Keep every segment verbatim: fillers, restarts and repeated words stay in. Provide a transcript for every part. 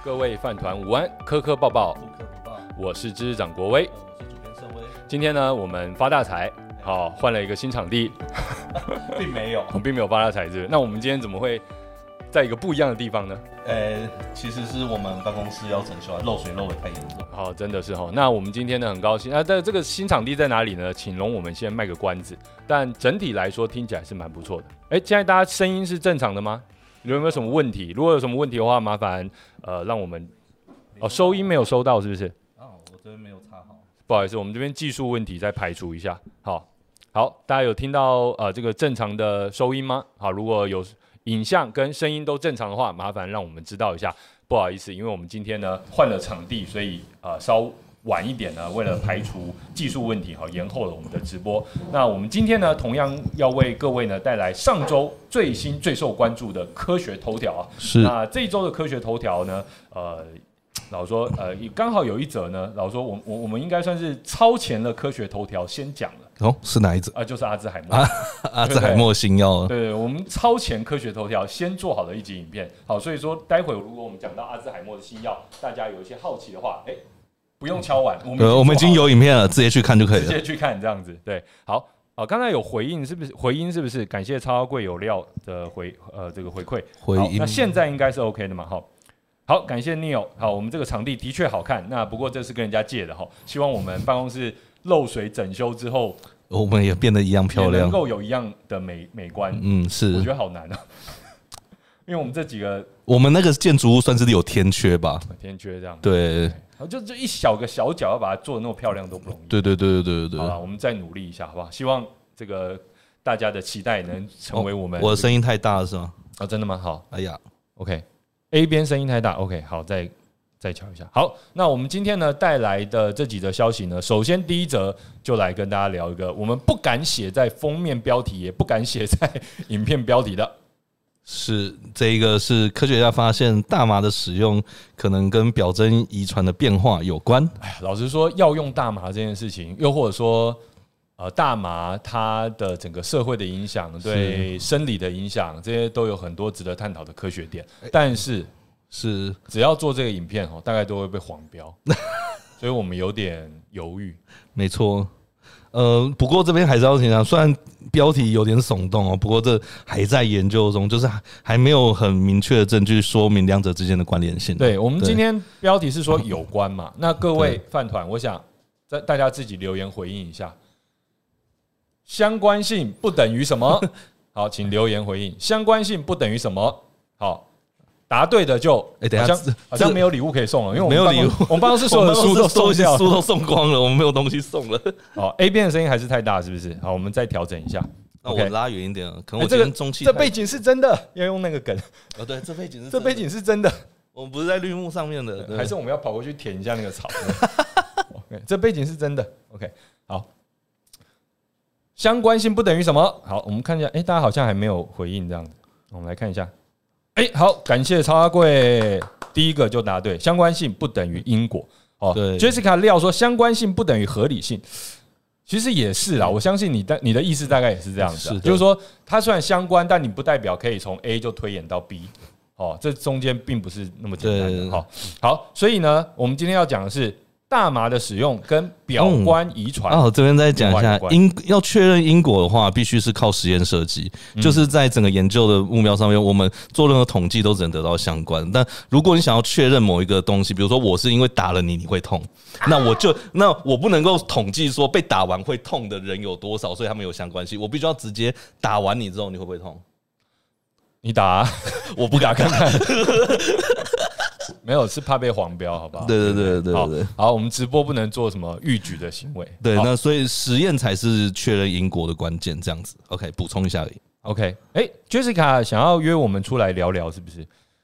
各位饭团午安，科科报报， 科科报报， 我是知识长国威， 我是主编盛威。 今天呢，我们发大财，好、哦、换了一个新场地， 并没有， 并没有发大财，是不是？那我们今天怎么会在一个不一样的地方呢？ 呃，其实是我们办公室要整修啊，漏水漏得太严重。 好、哦，真的是哈、哦。那我们今天呢，很高兴啊，这这个新场地在哪里呢？请容我们先卖个关子，但整体来说听起来是蛮不错的。哎，现在大家声音是正常的吗？有没有什么问题？如果有什么问题的话，麻烦呃让我们哦收音没有收到是不是？ 哦，我这边没有插好， 不好意思，我们这边技术问题再排除一下。好，好，大家有听到呃这个正常的收音吗？好，如果有影像跟声音都正常的话，麻烦让我们知道一下。不好意思，因为我们今天呢换了场地，所以呃稍晚一点呢，为了排除技术问题，好延后了我们的直播。那我们今天呢，同样要为各位呢带来上周最新最受关注的科学头条啊。 是。 那这一周的科学头条呢，呃，老实说，呃，刚好有一则呢，老实说我我我们应该算是超前了科学头条先讲了。 哦，是哪一则？ 啊、呃，就是阿兹海默。 啊、阿兹海默新药。 对 对, 对，我们超前科学头条先做好了一集影片。好，所以说待会如果我们讲到阿兹海默的新药，大家有一些好奇的话，哎。不用敲碗，我们对，我们已经有影片了，直接去看就可以了。 直接去看这样子，对，好，好，刚才有回应是不是？回音是不是？感谢超贵有料的回呃这个回馈。 回音， 那现在应该是 OK 的嘛？好，好，感谢 Neil。好，我们这个场地的确好看，那不过这是跟人家借的哈，希望我们办公室漏水整修之后， 我们也变得一样漂亮， 能够有一样的美美观。 嗯，是， 我觉得好难啊，因为我们这几个， 我们那个建筑物算是有天缺吧？ 天缺这样， 对。 就就一小个小角要把它做的那么漂亮都不容易。 对对对对对对。 好了，我们再努力一下，好不好？希望这个大家的期待能成为我们、 哦。我的声音太大了是吗？ 啊、哦，真的吗？好， 哎呀 ，OK，A 边声音太大 ，OK， 好，再再瞧一下。好，那我们今天呢带来的这几则消息呢，首先第一则就来跟大家聊一个我们不敢写在封面标题，也不敢写在影片标题的。 是这一个是科学家发现大麻的使用可能跟表征遗传的变化有关。 哎呀，老实说，要用大麻这件事情，又或者说，呃，大麻它的整个社会的影响、对生理的影响，这些都有很多值得探讨的科学点。但是， 是只要做这个影片哦，大概都会被黄标，所以我们有点犹豫。 没错。呃，不过这边还是要提醒，虽然标题有点耸动哦，不过这还在研究中，就是还没有很明确的证据说明两者之间的关联性。 对，我们今天标题是说有关嘛？那各位饭团，我想在大家自己留言回应一下，相关性不等于什么？好，请留言回应，相关性不等于什么？好。答对的就，哎，等一下，好像好像没有礼物可以送了，因为我们没有礼物，我们办公室所有的书都收掉了， 书都送光了，我们没有东西送了。 好 ，A 边的声音还是太大，是不是？好，我们再调整一下。 那我拉远一点，可能我今天中气。 这背景是真的，要用那个梗。 哦，对，这背景是这背景是真的， 我们不是在绿幕上面的， 还是我们要跑过去舔一下那个草？这背景是真的。OK， 好，相关性不等于什么？好，我们看一下，哎，大家好像还没有回应这样子，我们来看一下。哎、欸，好，感谢超阿贵，第一个就答对，相关性不等于因果。哦，对 ，Jessica 料说相关性不等于合理性，其实也是啦，我相信你的你的意思大概也是这样子、啊，就是说它虽然相关，但你不代表可以从 A 就推演到 B， 哦，这中间并不是那么简单的。好，好，所以呢，我们今天要讲的是。大麻的使用跟表观遗传、 嗯、哦，这边再讲一下，因要确认因果的话，必须是靠实验设计、嗯，就是在整个研究的目标上面，我们做任何统计都只能得到相关。但如果你想要确认某一个东西，比如说我是因为打了你，你会痛，那我就那我不能够统计说被打完会痛的人有多少，所以他们有相关性。我必须要直接打完你之后，你会不会痛？ 你打、啊， 我不打看看。 没有，是怕被黄标，好不好？ 对对对对对对。 好，我们直播不能做什么逾矩的行为。 对，那所以实验才是确认因果的关键，这样子。OK， 补充一下而已。 OK， 哎、欸、，Jessica 想要约我们出来聊聊，是不是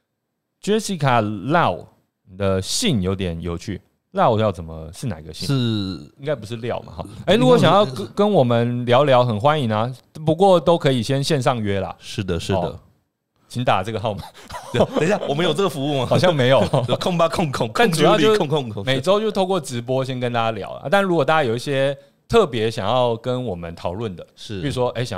？Jessica Lau 的姓有点有趣 ，Lau 要怎么是哪个姓？ 是应该不是廖嘛？哈，哎，如果想要跟跟我们聊聊，很欢迎啊。不过都可以先线上约啦。 是的，是的。哦， 请打这个号码。 等一下，我们有这个服务吗？ 好像没有。 空吧空空， 但主要就空空空， 每周就透过直播先跟大家聊啊。但如果大家有一些特别想要跟我们讨论的，是比如说，哎、欸，想要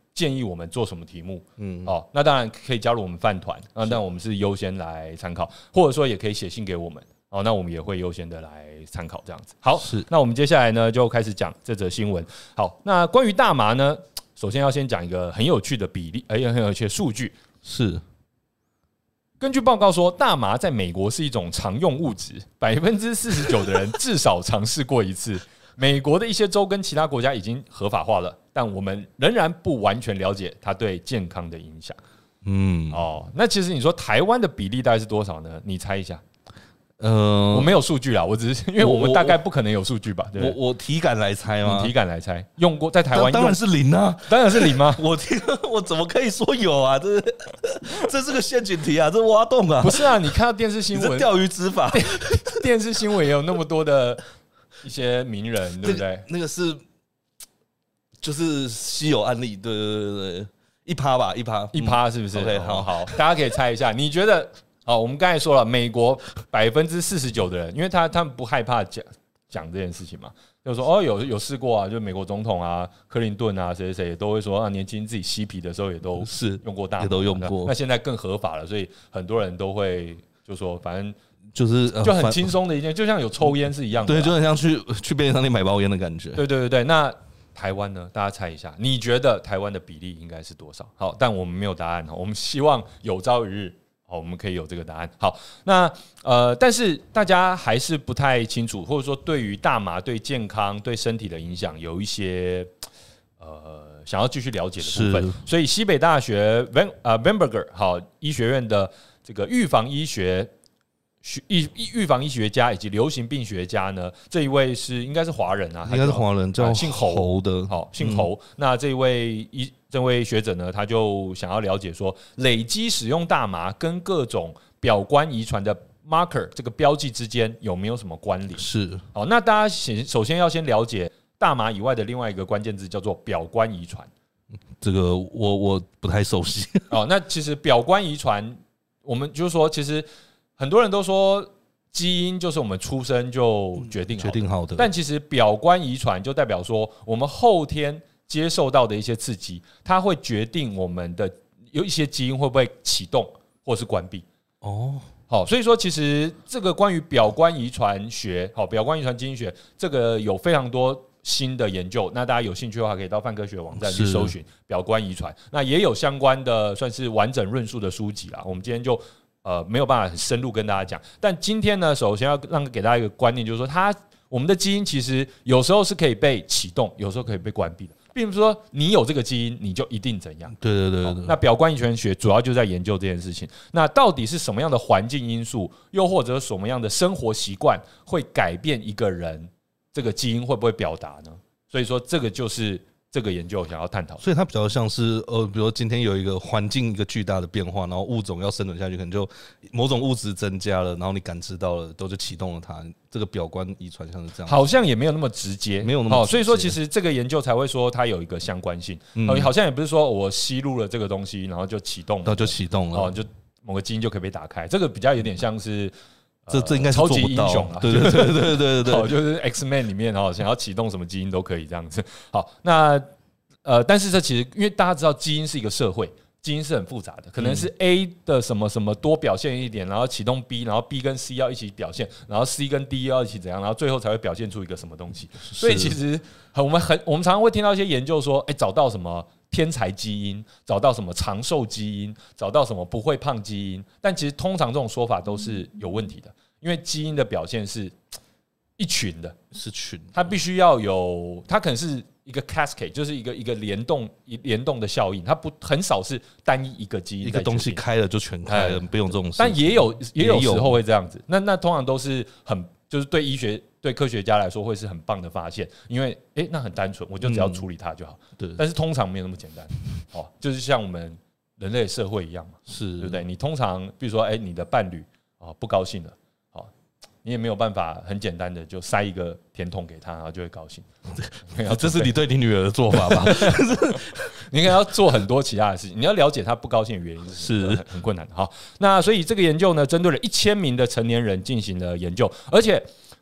建议我们做什么题目， 嗯， 哦，那当然可以加入我们饭团啊，那我们是优先来参考，或者说也可以写信给我们，哦，那我们也会优先的来参考这样子。好， 是， 那我们接下来呢就开始讲这则新闻。好，那关于大麻呢，首先要先讲一个很有趣的比例，而且很有趣的数据。 是， 根据报告说，大麻在美国是一种常用物质，百分之四十九的人至少尝试过一次。美国的一些州跟其他国家已经合法化了，但我们仍然不完全了解它对健康的影响。 嗯， 哦，那其实你说台湾的比例大概是多少呢？你猜一下。 呃， 我没有数据啦，我只是因为我们大概不可能有数据吧？对不我对？ 我体感来猜吗？ 体感来猜，用过在台湾当然是零啊， 当然是零吗？ 我听我怎么可以说有啊？这是这是个陷阱题啊，这挖洞啊！ 不是啊，你看到电视新闻， 钓鱼执法， 电视新闻也有那么多的一些名人，对不对？ 那个是就是稀有案例，对对对对，一趴吧，一趴一趴是不是 ？OK， 好好，大家可以猜一下，你觉得？哦，我们刚才说了，美国百分之四十九的人，因为他他们不害怕讲讲这件事情嘛，就说哦有有试过啊，就美国总统啊、克林顿啊，谁谁谁也都会说啊，年轻自己嬉皮的时候也都是用过大麻， 也都用过。 那现在更合法了，所以很多人都会就说，反正就是就很轻松的一件，就像有抽烟是一样的， 对，就很像去去便利商店买包烟的感觉。 对对对对，那台湾呢？大家猜一下，你觉得台湾的比例应该是多少？好，但我们没有答案，我们希望有朝一日。好，我们可以有这个答案。好，那呃，但是大家还是不太清楚，或者说对于大麻对健康、对身体的影响有一些呃想要继续了解的部分。所以西北大学 Van 呃 Vanberger 好医学院的这个预防医学预预防医学家以及流行病学家呢，这一位是应该是华人啊， 应该是华人，叫、 呃、姓侯的， 好，姓侯。嗯、那这位医这位学者呢，他就想要了解说，累积使用大麻跟各种表观遗传的 marker 这个标记之间有没有什么关联？ 是。 好，那大家先首先要先了解大麻以外的另外一个关键字叫做表观遗传。 这个我我不太熟悉。 哦，那其实表观遗传，我们就是说，其实很多人都说基因就是我们出生就决定好的， 决定好的， 但其实表观遗传就代表说我们后天接受到的一些刺激，它会决定我们的有一些基因会不会启动或是关闭。 哦， 好，所以说其实这个关于表观遗传学，好，表观遗传基因学，这个有非常多新的研究。那大家有兴趣的话，可以到泛科学网站去搜寻表观遗传。那也有相关的算是完整论述的书籍啦。我们今天就呃没有办法很深入跟大家讲，但今天呢，首先要让给大家一个观念，就是说它。我们的基因其实有时候是可以被启动，有时候可以被关闭的，并不是说你有这个基因你就一定怎样。 对对 对, 对, 对、哦、 那表观遗传学主要就在研究这件事情。那到底是什么样的环境因素，又或者什么样的生活习惯会改变一个人这个基因会不会表达呢？所以说这个就是这个研究想要探讨。 所以它比较像是呃，比如说今天有一个环境一个巨大的变化，然后物种要生存下去，可能就某种物质增加了，然后你感知到了，都就启动了它。这个表观遗传像是这样， 好像也没有那么直接， 没有那么直接， 所以说其实这个研究才会说它有一个相关性。嗯、好像也不是说我吸入了这个东西，然后就启动了， 然后就启动了， 哦，就某个基因就可以被打开。这个比较有点像是。 这这应该是超级英雄啊！ 对对对对对对对， 好，就是 X-Men 里面哈，想要启动什么基因都可以这样子。好，那呃，但是这其实因为大家知道基因是一个社会，基因是很复杂的，可能是 A 的什么什么多表现一点，然后启动 B， 然后 B 跟 C 要一起表现，然后 C 跟 D 要一起怎样，然后最后才会表现出一个什么东西。所以其实我们很我们常常会听到一些研究说，哎，找到什么天才基因，找到什么长寿基因，找到什么不会胖基因，但其实通常这种说法都是有问题的。因为基因的表现是一群的， 是群， 它必须要有，它可能是一个 cascade， 就是一个一个联动联动的效应，它不很少是单一一个基因一个东西开了就全开了，不用这种事。 但也有也有时候会这样子，那那通常都是很就是对医学对科学家来说会是很棒的发现，因为哎、欸、那很单纯，我就只要处理它就好。 对、嗯， 但是通常没有那么简单，哦，就是像我们人类社会一样嘛， 是对不对？你通常比如说哎、欸、你的伴侣啊不高兴了。你也没有办法很简单的就塞一个甜筒给他，然后就会高兴。 这是你对你女儿的做法吧？ 你应该要做很多其他的事情，你要了解她不高兴的原因是很很困难的。好，那所以这个研究呢，针对了一千名的成年人进行了研究，而且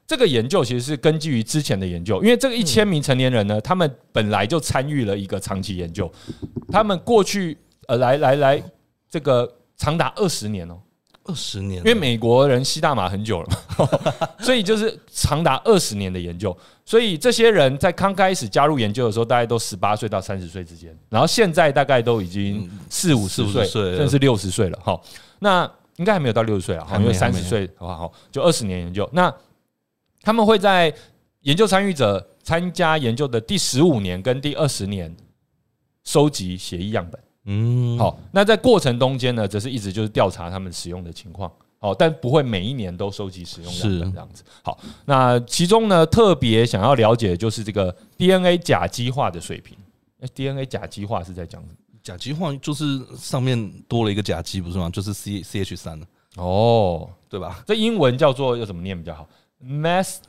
这个研究其实是根基于之前的研究，因为这个一千名成年人呢，他们本来就参与了一个长期研究，他们过去呃来来来这个长达二十年哦。 二十年， 因为美国人吸大麻很久了嘛，所以就是长达二十年的研究。所以这些人在刚开始加入研究的时候，大概都十八岁到三十岁之间，然后现在大概都已经四五十岁，甚至是六十岁了。哈，那应该还没有到六十岁了，因为三十岁的话，好，就二十年研究。那他们会在研究参与者参加研究的第十五年跟第二十年收集血液样本。嗯，好，那在过程中间呢，则是一直就是调查他们使用的情况，好，但不会每一年都收集使用样本这样子。好，那其中呢，特别想要了解的就是这个 D N A 甲基化的水平。D N A 甲基化是在讲什么？ 甲基化就是上面多了一个甲基，不是吗？就是 C C H 三哦， 对吧？ 这英文叫做要怎么念比较好 ？Meth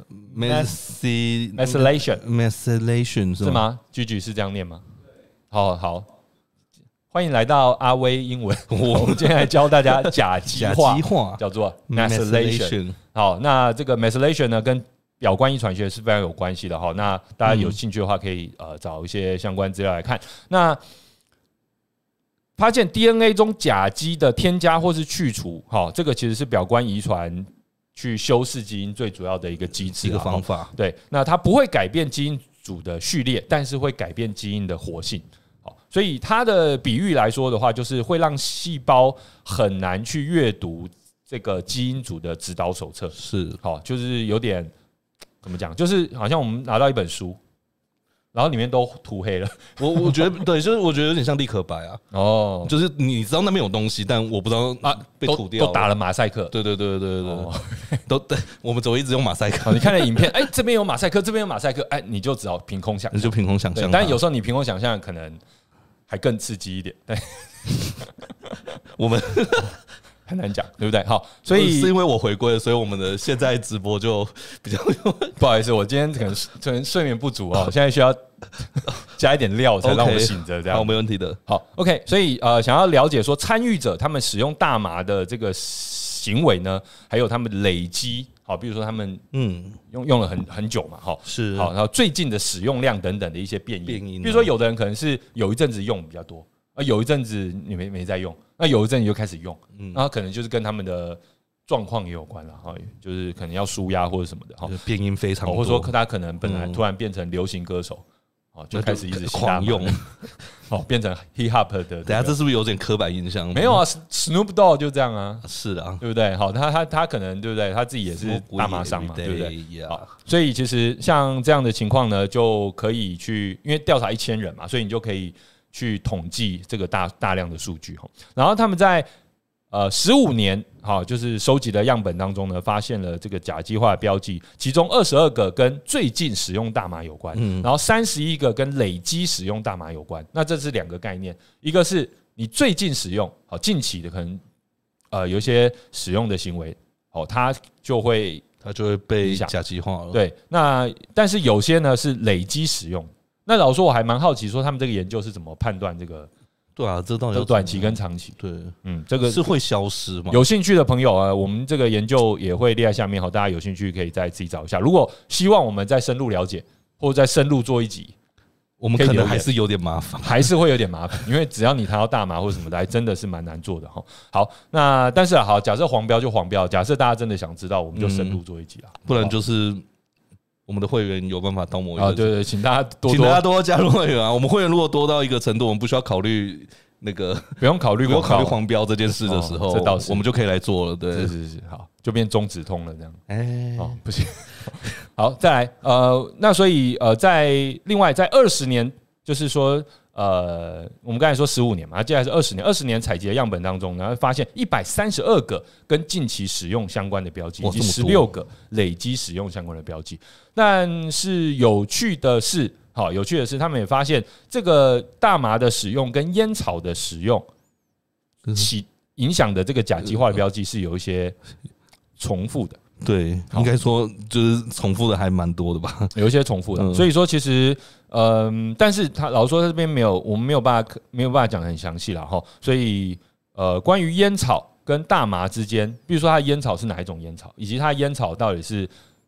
methylation methylation 是吗？句句是这样念吗？好好。欢迎来到阿威英文，我们今天来教大家甲基化，叫做 methylation。好，那这个 methylation 呢，跟表观遗传学是非常有关系的哈。那大家有兴趣的话，可以呃找一些相关资料来看。那发现 D N A 中甲基的添加或是去除，好，这个其实是表观遗传去修饰基因最主要的一个机制， 一个方法。 对，那它不会改变基因组的序列，但是会改变基因的活性。所以它的比喻来说的话，就是会让细胞很难去阅读这个基因组的指导手册， 是好，就是有点怎么讲，就是好像我们拿到一本书，然后里面都涂黑了。 我我觉得对，就是我觉得有点像立可白啊。 哦， 就是你知道那边有东西，但我不知道啊，被涂掉了， 都打了马赛克。 对对对对对对，都对，我们只会一直用马赛克。 你看了影片，哎，这边有马赛克，这边有马赛克，哎，你就只好凭空想象， 你就凭空想象。 但有时候你凭空想象可能还更刺激一点，对， 我们很难讲，对不对？好，所以是因为我回归了，所以我们的现在直播就比较不好意思，我今天可能可能睡眠不足哦，现在需要加一点料才让我醒着，这样好，没问题的。 好 ，OK， 所以呃，想要了解说参与者他们使用大麻的这个行为呢，还有他们累积。好，比如说他们嗯用用了很很久嘛，哈是好，然后最近的使用量等等的一些变因， 变因， 比如说有的人可能是有一阵子用比较多，啊有一阵子你没没在用，那有一阵子就开始用，嗯，然后可能就是跟他们的状况也有关了，哈，就是可能要舒压或者什么的，哈， 变因非常多， 或者说他可能本来突然变成流行歌手。就开始一直狂用， 哦，变成 hip hop 的。 等下这是不是有点刻板印象？ 没有啊 ，Snoop Dogg 就这样啊， 是的， 对不对？好，他他他可能对不对？他自己也是大麻商嘛，对不对？好，所以其实像这样的情况呢，就可以去，因为调查一千人嘛，所以你就可以去统计这个大大量的数据哈。然后他们在呃十五年，好，就是收集的样本当中呢，发现了这个甲基化的标记，其中二十二个跟最近使用大麻有关，嗯、然后三十一个跟累积使用大麻有关。那这是两个概念，一个是你最近使用，好，近期的可能呃有一些使用的行为，好，它就会它就会被甲基化了。 对，那但是有些呢是累积使用。那老实说，我还蛮好奇，说他们这个研究是怎么判断这个？ 对啊，这到底短期跟长期？ 对， 嗯，这个是会消失吗？ 有兴趣的朋友啊，我们这个研究也会列在下面，好，大家有兴趣可以再自己找一下。如果希望我们再深入了解，或者再深入做一集， 我们可能还是有点麻烦， 还是会有点麻烦，因为只要你谈到大麻或什么的，还真的是蛮难做的哈。好，那但是啊，好，假设黄标就黄标，假设大家真的想知道，我们就深入做一集啦， 不然就是我们的会员有办法到某一个啊，对对，请大家多多请大家多多加入会员啊。我们会员如果多到一个程度，我们不需要考虑那个不用考虑不用考虑黄标这件事的时候， 这倒是我们就可以来做了。对， 是是是，好，就变中指通了这样。 哎， 哦，不行。好，再来，呃，那所以呃，在另外在二十年，就是说。呃，我们刚才说十五年嘛，接下来是二十年，二十年采集的样本当中，然后发现一百三十二个跟近期使用相关的标记，以及十六个累积使用相关的标记。但是有趣的是，好，有趣的是，他们也发现这个大麻的使用跟烟草的使用起影响的这个甲基化的标记是有一些重复的。 对，应该说就是重复的还蛮多的吧， 有一些重复的，所以说其实，嗯，但是他老实说他这边没有，我们没有办法没有办法讲得很详细了哈，所以呃，关于烟草跟大麻之间，比如说它的烟草是哪一种烟草，以及它的烟草到底是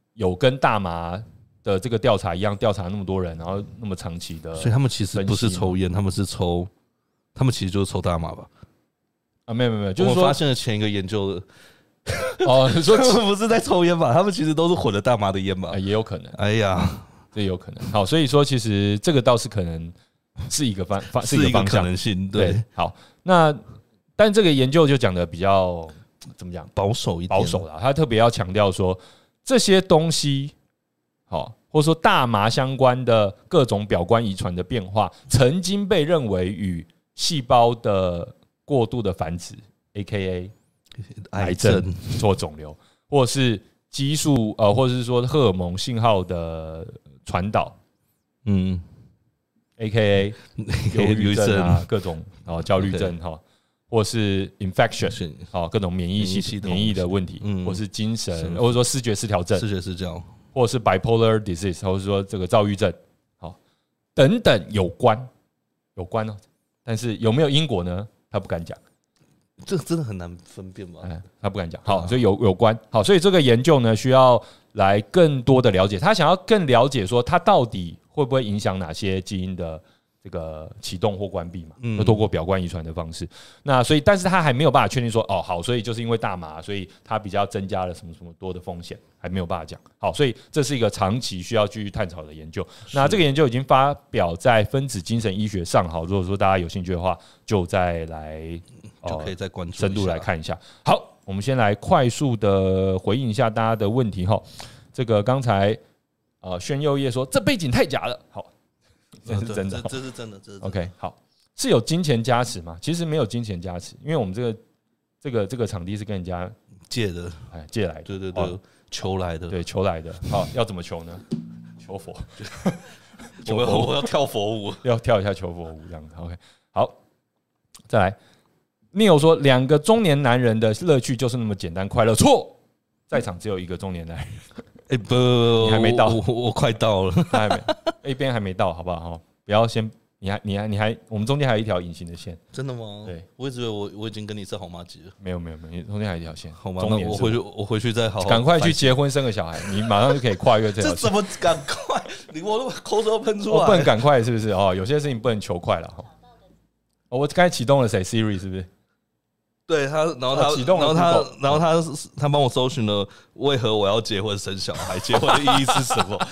有跟大麻的这个调查一样，调查那么多人，然后那么长期的， 所以他们其实不是抽烟，他们是抽，他们其实就是抽大麻吧？ 啊，没有没有没有，就是说我发现了前一个研究的。 哦，你说他们不是在抽烟吧？他们其实都是混了大麻的烟吧？ 也有可能。 哎呀， 这有可能。好，所以说其实这个倒是可能是一个方方是一个可能性。对， 对好，那但这个研究就讲的比较怎么讲保守一点， 保守啦。他特别要强调说这些东西，好，或者说大麻相关的各种表观遗传的变化，曾经被认为与细胞的过度的繁殖 （A K A） 癌症或肿瘤，或是激素呃，或者是说荷尔蒙信号的传导，嗯 ，A K A 忧郁症啊，各种哦焦虑症哈，或是 infection 好各种免疫系免疫的问题，或是精神，或者说视觉失调症， 视觉失调， 或是 bipolar disease， 或者说这个躁郁症，好等等有关有关哦，但是有没有因果呢？他不敢讲。 这个真的很难分辨吧？ 嗯，他不敢讲。好，所以有有关。好，所以这个研究呢，需要来更多的了解。他想要更了解说，它到底会不会影响哪些基因的这个启动或关闭嘛？嗯，就透过表观遗传的方式。那所以，但是他还没有办法确定说，哦，好，所以就是因为大麻，所以它比较增加了什么什么多的风险，还没有办法讲。好，所以这是一个长期需要继续探讨的研究。那这个研究已经发表在分子精神医学上。好，如果说大家有兴趣的话，就再来。 就可以再关注深度来看一下。好，我们先来快速的回应一下大家的问题哈。这个刚才呃宣佑业说这背景太假了，好，这是真的， 这是真的，这是 OK。好，是有金钱加持吗？其实没有金钱加持，因为我们这个这个这个场地是跟人家借的， 哎，借来的， 对对对，求来的， 对，求来的。好，要怎么求呢？求佛， 求佛，我要跳佛舞， 要跳一下求佛舞这样子。OK， 好，再来。Neil 说：“两个中年男人的乐趣就是那么简单快乐。”错，在场只有一个中年男人。 哎、欸、不， 你还没到， 我, 我, 我快到了， 他还没 ，A 边还没到，好不好？不要先，你还你还你还，我们中间还有一条隐形的线。 真的吗？ 对， 我一直以为我我已经跟你是好妈吉了。 没有没有没有，中间还有一条线。 好吗？那我回去我回去再好好赶快去结婚生个小孩，你马上就可以跨越这条线。 这怎么赶快？你我都口水都喷出来、 哦，不能赶快是不是？哦，有些事情不能求快了哈。哦，我刚才启动了谁 Siri 是不是？ 对他，然后他， 哦、然后他，然后他，他帮我搜寻了为何我要结婚生小孩，结婚的意义是什么？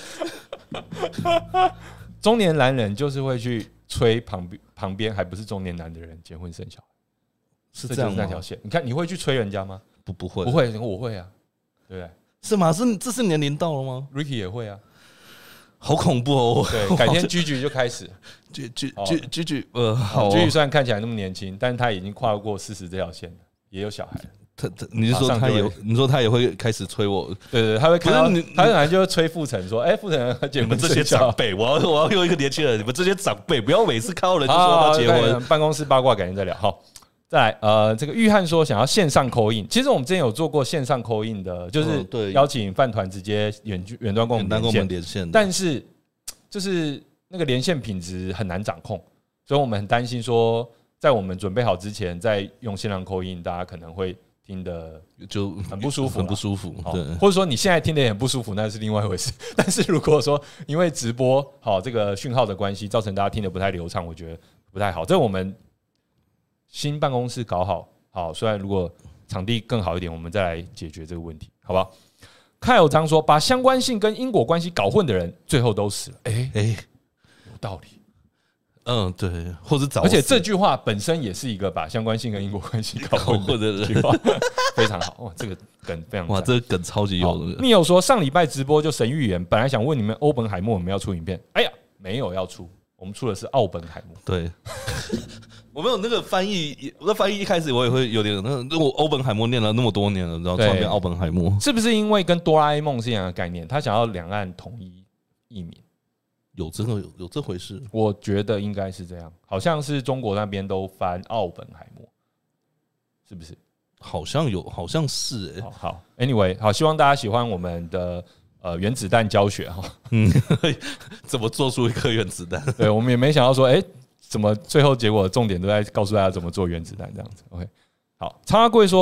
中年男人就是会去催旁边旁边还不是中年男的人结婚生小孩， 是这样吗？ 那条线，你看你会去催人家吗？ 不不会， 不会，我会啊，对不对？ 是吗？是这是年龄到了吗 ？Ricky 也会啊。 好恐怖哦！ 对，改天居居就开始， 居居居居居，呃，好， 居居虽然看起来那么年轻，但他已经跨过四十这条线了，也有小孩了。 他他，你是说他也，你说他也会开始催我？ 对对，他会看到，他可能就会催傅成说：“哎，傅成， 你们这些长辈，我要我要用一个年轻人，你们这些长辈不要每次看到人就说要结婚。” 办公室八卦改天再聊。好，再来，呃，这个玉翰说想要线上call in，其实我们之前有做过线上call in的，就是邀请饭团直接远远端跟我们连线，但是。就是那个连线品质很难掌控，所以我们很担心说，在我们准备好之前，再用线上call in，大家可能会听得就很不舒服， 很不舒服。对， 或者说你现在听得也很不舒服，那是另外一回事。但是如果说因为直播好这个讯号的关系，造成大家听得不太流畅，我觉得不太好。这我们新办公室搞好，好，虽然如果场地更好一点，我们再来解决这个问题，好不好？凯尔章说：“把相关性跟因果关系搞混的人，最后都死了。”哎哎，有道理。 嗯，对，或者早。 而且这句话本身也是一个把相关性跟因果关系搞混的人，非常好。哇，这个梗非常哇，这个梗超级有的。 密友说：“上礼拜直播就神预言，本来想问你们欧本海默，我们要出影片，哎呀，没有要出，我们出的是奥本海默。” 对。我没有那个翻译，我的翻译一开始我也会有点那我欧本海默念了那么多年了，然后突然变奥本海默， 是不是因为跟哆啦 A 梦是一样的概念？他想要两岸统一译名， 有这个有有这回事？ 我觉得应该是这样，好像是中国那边都翻奥本海默，是不是？ 好像有，好像是哎、欸。 好, 好 ，Anyway， 好，希望大家喜欢我们的呃原子弹教学哈。 嗯，怎么做出一颗原子弹？ 对，我们也没想到说，哎、欸。怎么最后结果重点都在告诉大家怎么做原子弹这样子 ？OK， 好，超阿贵说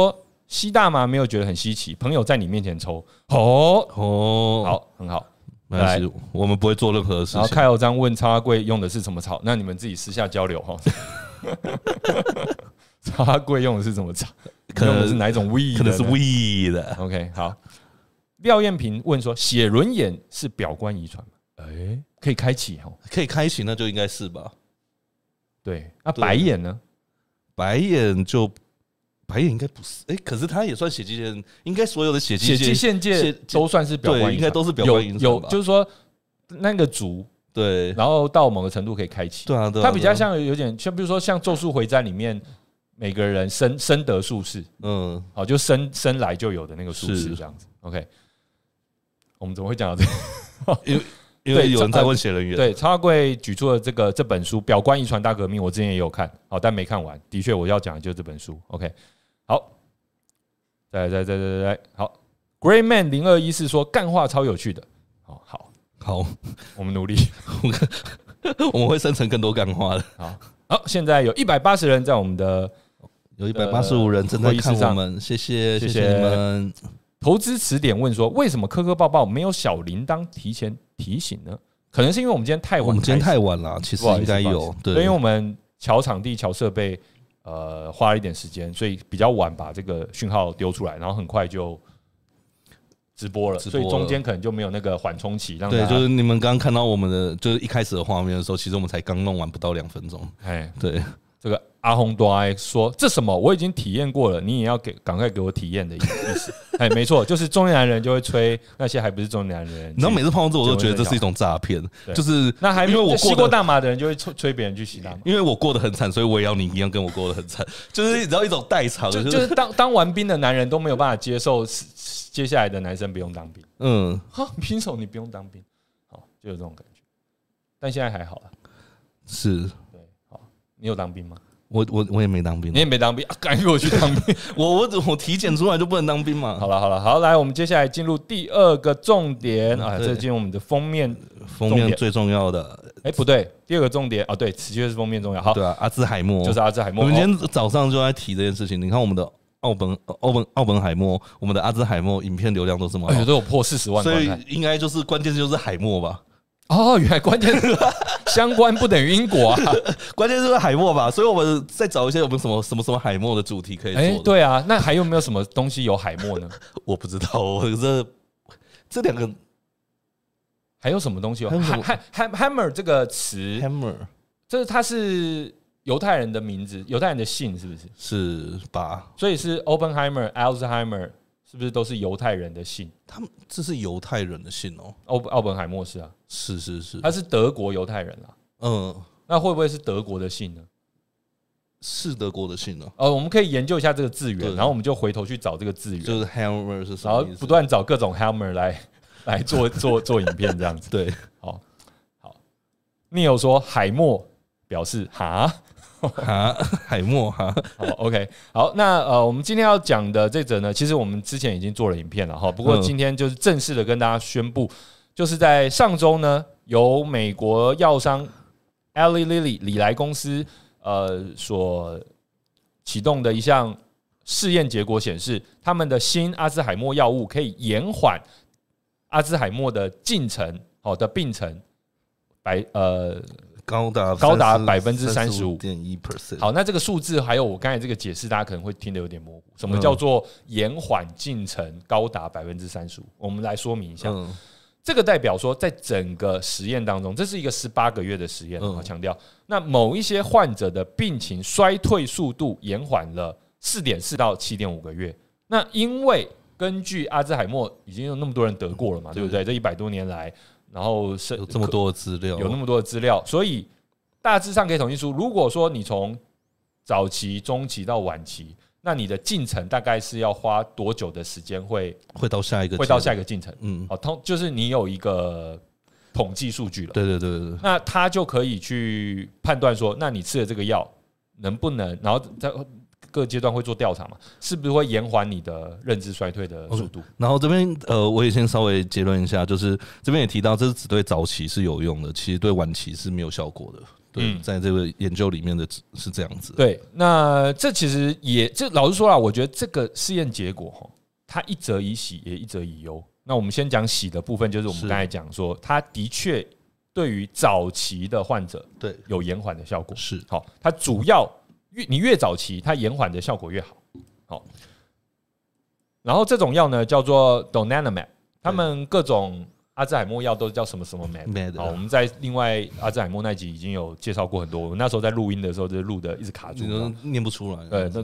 吸大麻没有觉得很稀奇，朋友在你面前抽，哦哦， 好，很好。 没关系，我们不会做任何的事情。 然后开油章问超阿贵用的是什么草，那你们自己私下交流哈。超阿贵用的是什么草？可能是哪一种 weed？ 可能是 weed 的。 OK， 好。廖燕平问说：写轮眼是表观遗传吗？哎、欸，可以开启哦， 可以开启，那就应该是吧？ 对，那白眼呢？ 白眼就白眼应该不是，哎、欸，可是它也算血迹线，应该所有的血迹血迹线界都算是表观遗传， 应该都是表观遗传。 有，就是说那个族。 对， 然后到某个程度可以开启。 对啊，对啊， 它比较像有点像，比如说像《咒术回战》里面每个人生生得术士，嗯，好，就生生来就有的那个术士这样子。OK， 我们怎么会讲到这个？ 因为因为有人在问写人员。 对，超阿贵举出了这个这本书《表观遗传大革命》，我之前也有看，好，但没看完。的确，我要讲的就是这本书。OK， 好，再来再来再来再来，好 ，Grayman 零二一四说干话超有趣的，好好。 好， 我们努力， 我们会生成更多干话的。 好，好，现在有一百八十人在我们的， 有一百八十五人正在看我们，谢谢谢谢你们。 投资词典问说，为什么科科报报没有小铃铛提前提醒呢？可能是因为我们今天太晚， 我们今天太晚了，其实应该有，对， 因为我们调场地、调设备，呃，花了一点时间，所以比较晚把这个讯号丢出来，然后很快就。直播了，所以中间可能就没有那个缓冲期，让对，就是你们刚刚看到我们的，就是一开始的画面的时候，其实我们才刚弄完不到两分钟。哎，对， 这个阿红多爱说这什么，我已经体验过了，你也要给赶快给我体验的意思。哎，没错，就是中年男人就会吹那些还不是中年男人， 然后每次碰到这我都觉得这是一种诈骗，就是那还因为我吸过大麻的人就会吹吹别人去吸大麻， 因为我过得很惨，所以我也要你一样跟我过得很惨，就是你知道一种代偿， 就就是当当完兵的男人都没有办法接受。接下来的男生不用当兵，嗯，哈，平手你不用当兵，好，就有这种感觉。但现在还好了， 是， 对，好，你有当兵吗？ 我我我也没当兵， 你也没当兵，赶紧我去当兵， 我我我体检出来就不能当兵嘛？ 好了好了，好，来，我们接下来进入第二个重点啊，这进入我们的封面， 封面最重要的， 哎，不对，第二个重点啊，对，的确是封面重要，好， 对啊，阿兹海默就是阿兹海默， 我们今天早上就在提这件事情，你看我们的。奥本奥本奥本海默，我们的阿兹海默影片流量都这么好， 都有破四十万， 所以应该就是关键就是海默吧？ 哦，原来关键是相关不等于因果啊， 关键是海默吧？所以我们再找一些我们什么什么什么海默的主题可以做。哎， 对啊，那还有没有什么东西有海默呢？ 我不知道，我这这两个还有什么东西有 ？hammer 这个词 ，hammer， 这它是。犹太人的名字，犹太人的姓是不是？ 是吧？ 所以是 Oppenheimer、Alzheimer， 是不是都是犹太人的姓？ 他们这是犹太人的姓哦。 奥奥本海默是啊， 是是是， 他是德国犹太人啦。嗯，那会不会是德国的姓呢？ 是德国的姓呢。 呃，我们可以研究一下这个字源，然后我们就回头去找这个字源， 就是 Hammer 是什么， 然后不断找各种 Hammer 来来做做做影片这样子。 对， 好，好。Neil 说海默表示哈。 哈，海默哈， 好 ，OK， 好，那呃，我们今天要讲的这则呢，其实我们之前已经做了影片了哈，不过今天就是正式的跟大家宣布，就是在上周呢，由美国药商 Eli Lilly 李来公司呃所启动的一项试验结果显示，他们的新阿兹海默药物可以延缓阿兹海默的进程，好的病程，百呃。 高达高达百分之三十五点一 percent。 好，那这个数字还有我刚才这个解释，大家可能会听得有点模糊。什么叫做延缓进程高达百分之三十五？我们来说明一下。嗯、这个代表说，在整个实验当中，这是一个十八个月的实验，我强调。那某一些患者的病情衰退速度延缓了四点四到七点五个月。那因为根据阿兹海默已经有那么多人得过了嘛，对不对？这一百多年来。然后是有这么多的资料， 有那么多的资料，所以大致上可以统计出，如果说你从早期、中期到晚期，那你的进程大概是要花多久的时间会会到下一个会到下一个进程？嗯，好，通就是你有一个统计数据了， 对对对对， 那他就可以去判断说，那你吃的这个药能不能，然后在各阶段会做调查嘛，是不是会延缓你的认知衰退的速度？ 然后这边呃，我也先稍微结论一下，就是这边也提到，这是只对早期是有用的，其实对晚期是没有效果的。 对，嗯、在这个研究里面的是这样子。 对，那这其实也，这老实说啦，我觉得这个试验结果哈，它一则以喜，也一则以忧。那我们先讲喜的部分，就是我们刚才讲说，它的确对于早期的患者对有延缓的效果。 是， 好，它主要越你越早期，它延缓的效果越好。好，然后这种药呢叫做 donanemab， 他们各种阿兹海默药都叫什么什么 mab。好，我们在另外阿兹海默那集已经有介绍过很多。我那时候在录音的时候，就录的一直卡住， 念不出来。 对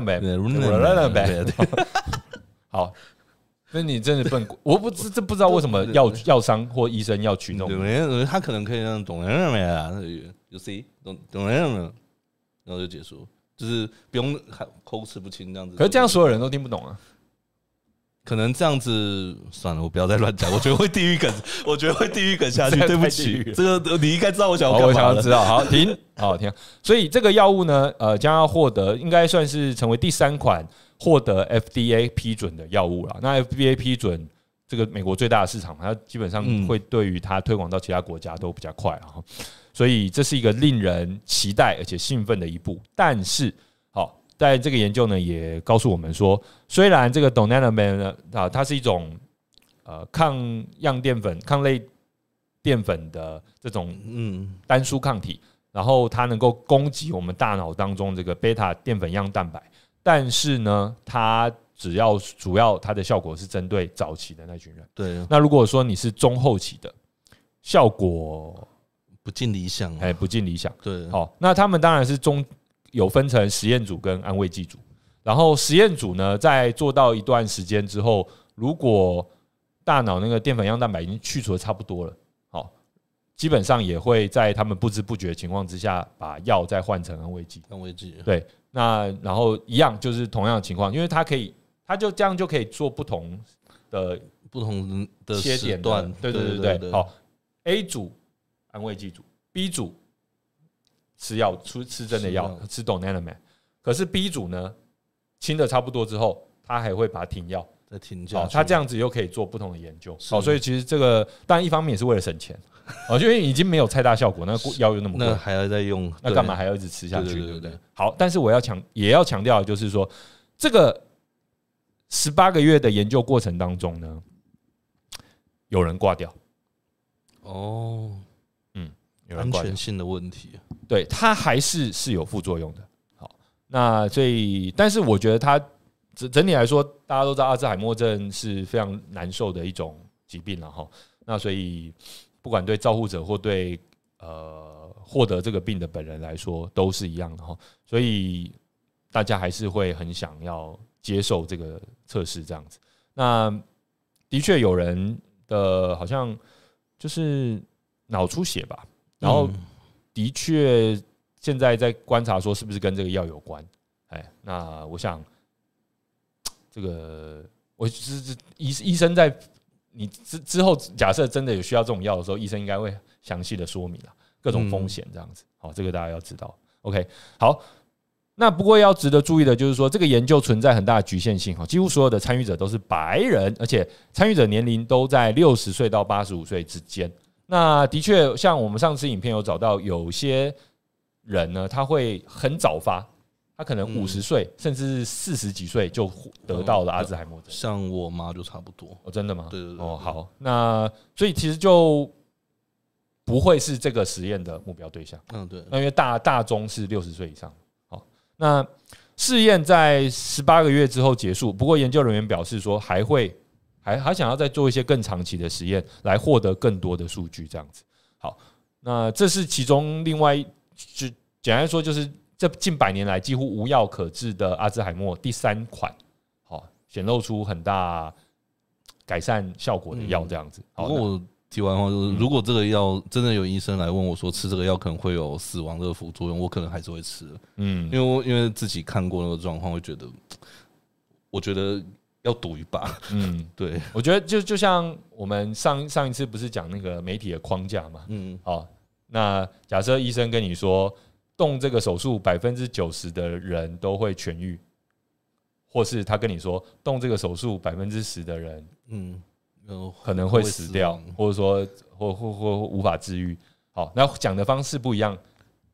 ，donanemab，好。那你真的笨，我不知这不知道为什么药药商或医生要取那种， 他可能可以让懂人没啊，有 C 懂懂人没，然后就结束，就是不用口齿不清这样子。 可是这样所有人都听不懂啊。 可能这样子算了，我不要再乱讲，我觉得会地狱梗，我觉得会地狱梗下去，对不起，这个你应该知道我想要干嘛， 我想要知道，好停，好停。所以这个药物呢，呃，将要获得，应该算是成为第三款获得 F D A 批准的药物了。那 F D A 批准这个美国最大的市场，它基本上会对于它推广到其他国家都比较快啊，所以这是一个令人期待而且兴奋的一步。但是，好。在这个研究呢，也告诉我们说，虽然这个 donanemab 呢，啊，它是一种呃抗样淀粉、抗类淀粉的这种嗯单殊抗体，然后它能够攻击我们大脑当中这个贝塔淀粉样蛋白，但是呢，它只要主要它的效果是针对早期的那群人。 对， 那如果说你是中后期的，效果不尽理想， 哎，不尽理想。 对， 好，那他们当然是中。有分成实验组跟安慰剂组，然后实验组呢，在做到一段时间之后，如果大脑那个淀粉样蛋白已经去除的差不多了，好，基本上也会在他们不知不觉的情况之下，把药再换成安慰剂。 安慰剂， 对，那然后一样就是同样的情况，因为它可以，它就这样就可以做不同的不同的切点段， 对对对对，好 ，A 组安慰剂组 ，B 组。吃药吃吃真的药，吃 donanemab， 可是 B 组呢，清的差不多之后，他还会把它停药， 再停下。 他这样子又可以做不同的研究。好，所以其实这个当然一方面也是为了省钱，哦，因为已经没有太大效果，那药又那么贵， 那还要再用， 那干嘛还要一直吃下去？对不对？好，但是我要强也要强调的就是说，这个十八个月的研究过程当中呢，有人挂掉。 哦。安全性的问题， 对它还是是有副作用的。好，那所以，但是我觉得它整整体来说，大家都知道阿兹海默症是非常难受的一种疾病了哈。那所以，不管对照护者或对呃获得这个病的本人来说，都是一样的哈。所以大家还是会很想要接受这个测试这样子。那的确有人的好像就是脑出血吧。然后的确，现在在观察说是不是跟这个药有关？哎，那我想，这个我是医医生在你之之后，假设真的有需要这种药的时候，医生应该会详细的说明了各种风险这样子。好，这个大家要知道。OK， 好。那不过要值得注意的就是说，这个研究存在很大的局限性哈，几乎所有的参与者都是白人，而且参与者年龄都在六十岁到八十五岁之间。那的确，像我们上次影片有找到，有些人呢，他会很早发，他可能五十岁甚至四十几岁就得到了阿兹海默症。 像我妈就差不多。 哦，真的吗？ 对对对。 哦，好，那所以其实就不会是这个实验的目标对象。 嗯，对。 那因为大大宗是六十岁以上。好，那试验在十八个月之后结束，不过研究人员表示说还会。还还想要再做一些更长期的实验，来获得更多的数据，这样子。好，那这是其中另外，就简单说，就是这近百年来几乎无药可治的阿兹海默第三款，好，显露出很大改善效果的药，这样子。 不过我题外话就是，如果这个药真的有医生来问我说吃这个药可能会有死亡的副作用，我可能还是会吃。嗯，因为我因为自己看过那个状况，会觉得，我觉得。要赌一把，嗯，对， 我觉得就就像我们上上一次不是讲那个媒体的框架嘛，嗯，好，那假设医生跟你说动这个手术百分之九十的人都会痊愈，或是他跟你说动这个手术百分之十的人，嗯，可能会死掉，或者说或或或无法治愈，好，那讲的方式不一样，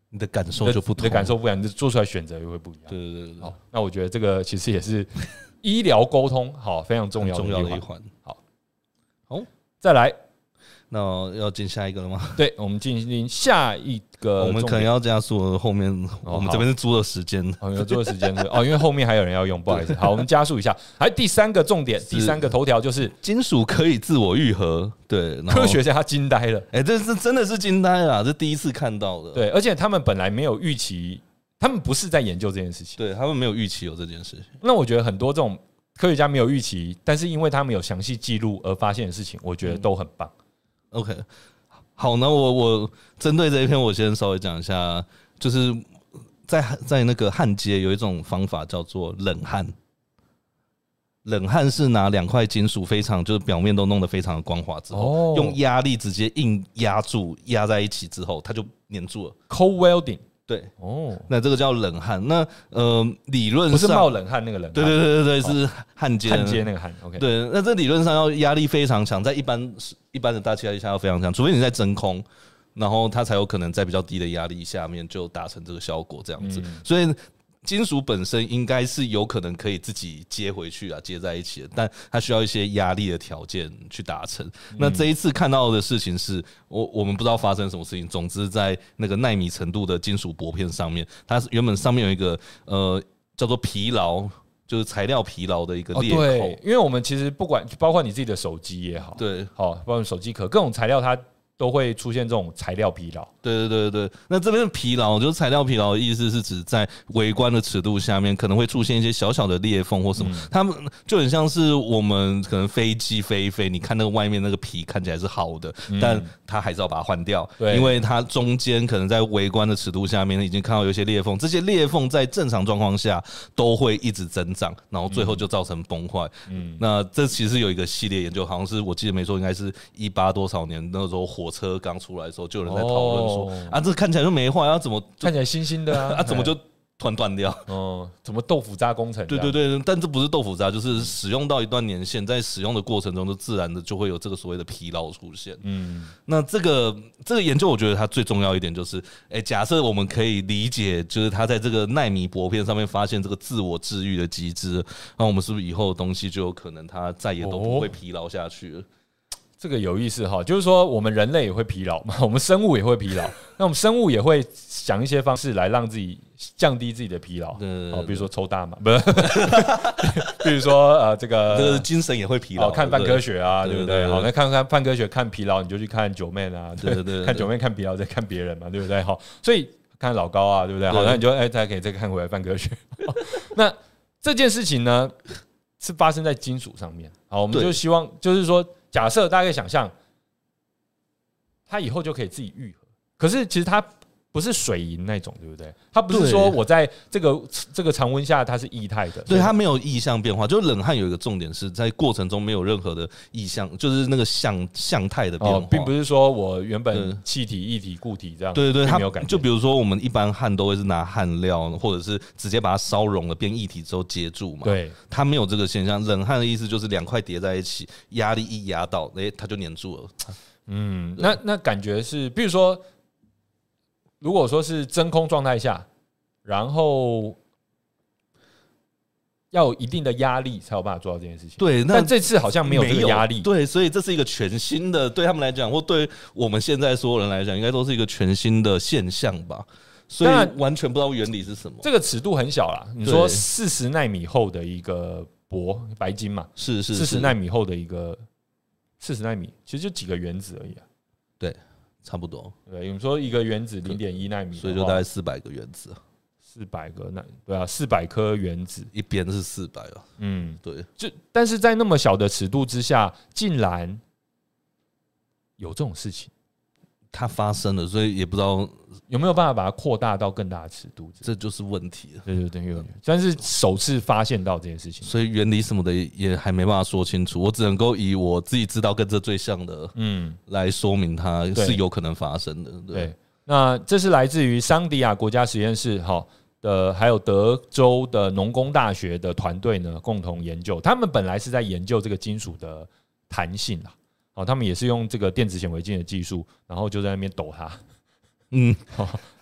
你的感受就不同， 你的感受不一样，你做出来选择又会不一样。 对对对对。 好，那我觉得这个其实也是医疗沟通好非常重要的重要的一环。 好， 好， 再来。 那要进下一个了吗？ 对，我们进行下一个。 我们可能要加速后面，我们这边是租的时间， 哦，有租的时间是哦，因为后面还有人要用，不好意思。好，我们加速一下。还第三个重点，第三个头条就是金属可以自我愈合。对， 科学家惊呆了。 哎、欸，这是真的是惊呆了，这第一次看到的。 对，而且他们本来没有预期，他们不是在研究这件事情， 对他们没有预期有这件事情。 那我觉得很多这种科学家没有预期，但是因为他们有详细记录而发现的事情，我觉得都很棒。 嗯、OK。好，那我我针对这一篇，我先稍微讲一下，就是在在那个焊接有一种方法叫做冷焊。冷焊是拿两块金属非常就是表面都弄得非常的光滑之后，哦、用压力直接硬压住，压在一起之后，它就粘住了。 Cold welding。 对，哦，那这个叫冷焊。那呃，理论上不是冒冷汗那个冷汗， 对对对对对，是焊接焊接那个焊。OK， 对，那这理论上要压力非常强，在一般一般的大气压力下要非常强，除非你在真空，然后它才有可能在比较低的压力下面就达成这个效果这样子。嗯、所以金属本身应该是有可能可以自己接回去啊，接在一起的，但它需要一些压力的条件去达成。嗯、那这一次看到的事情是，我我们不知道发生什么事情。总之，在那个奈米程度的金属薄片上面，它原本上面有一个呃叫做疲劳，就是材料疲劳的一个裂口。哦、 对，因为我们其实不管包括你自己的手机也好， 对， 好，包括手机壳各种材料它。都会出现这种材料疲劳。 对对对对，那这边的疲劳就是材料疲劳的意思是指在微观的尺度下面可能会出现一些小小的裂缝或什么，嗯、它们就很像是我们可能飞机飞一飞，你看那个外面那个皮看起来是好的，嗯、但它还是要把它换掉，因为它中间可能在微观的尺度下面已经看到有一些裂缝，这些裂缝在正常状况下都会一直增长，然后最后就造成崩坏。嗯，那这其实有一个系列研究，好像是我记得没错，应该是一八多少年那时候火车刚出来的时候，就有人在讨论说、哦、啊，这看起来就没坏，啊，怎么看起来新新的啊？ 啊，怎么就突然断掉？ 哦，怎么豆腐渣工程？ 对对对，但这不是豆腐渣，就是使用到一段年限，在使用的过程中，就自然的就会有这个所谓的疲劳出现。嗯，那这个这个研究，我觉得它最重要一点就是，哎、欸，假设我们可以理解，就是它在这个奈米薄片上面发现这个自我治愈的机制，那我们是不是以后的东西就有可能它再也都不会疲劳下去了？哦， 这个有意思哈，就是说我们人类也会疲劳嘛，我们生物也会疲劳，那我们生物也会想一些方式来让自己降低自己的疲劳，好，比如说抽大麻，不是，比如说呃这个， 这个精神也会疲劳， 看泛科学啊，对不对？好，那看看泛科学看疲劳，你就去看九妹啊，对对对，看九妹看疲劳再看别人嘛，对不对？好，所以看老高啊，对不对？好，那你就哎，大家可以再看回来泛科学。那这件事情呢，是发生在金属上面，好，我们就希望就是说。假设大家可以想象，它以后就可以自己愈合。可是其实它不是水银那种，对不对？它不是说我在这个这个常温下它是液态的， 对，它没有异相变化。就是冷焊有一个重点是在过程中没有任何的异相，就是那个相相态的变化， 哦，并不是说我原本气体、液体、固体这样， 对对对，它没有感觉。就比如说我们一般焊都会是拿焊料，或者是直接把它烧融了变液体之后接住嘛。 对， 它没有这个现象。冷焊的意思就是两块叠在一起，压力一压到，哎，它就粘住了。 嗯，那那感觉是，比如说。如果说是真空状态下，然后要有一定的压力才有办法做到这件事情。 对， 但这次好像没有这个压力。 对，所以这是一个全新的，对他们来讲，或对我们现在所有人来讲，应该都是一个全新的现象吧。所以完全不知道原理是什么。 这个尺度很小啦，你说四十奈米厚的一个铂白金嘛， 是是四十奈米厚的一个四十奈米，其实就几个原子而已啊。 对。差不多， 对，我们说一个原子零点一奈米， 所以就大概四百个原子， 四百个那对啊，四百颗原子， 一边是四百啊，嗯，对， 就但是在那么小的尺度之下，竟然有这种事情， 它发生了，所以也不知道有没有办法把它扩大到更大的尺度， 这就是问题了。 对对对，对，但是首次发现到这件事情， 所以原理什么的也还没办法说清楚。我只能够以我自己知道跟这最像的，嗯，来说明它是有可能发生的。对， 对，那这是来自于桑迪亚国家实验室哈的，还有德州的农工大学的团队呢共同研究。他们本来是在研究这个金属的弹性啦，哦，他们也是用这个电子显微镜的技术，然后就在那边抖它。嗯，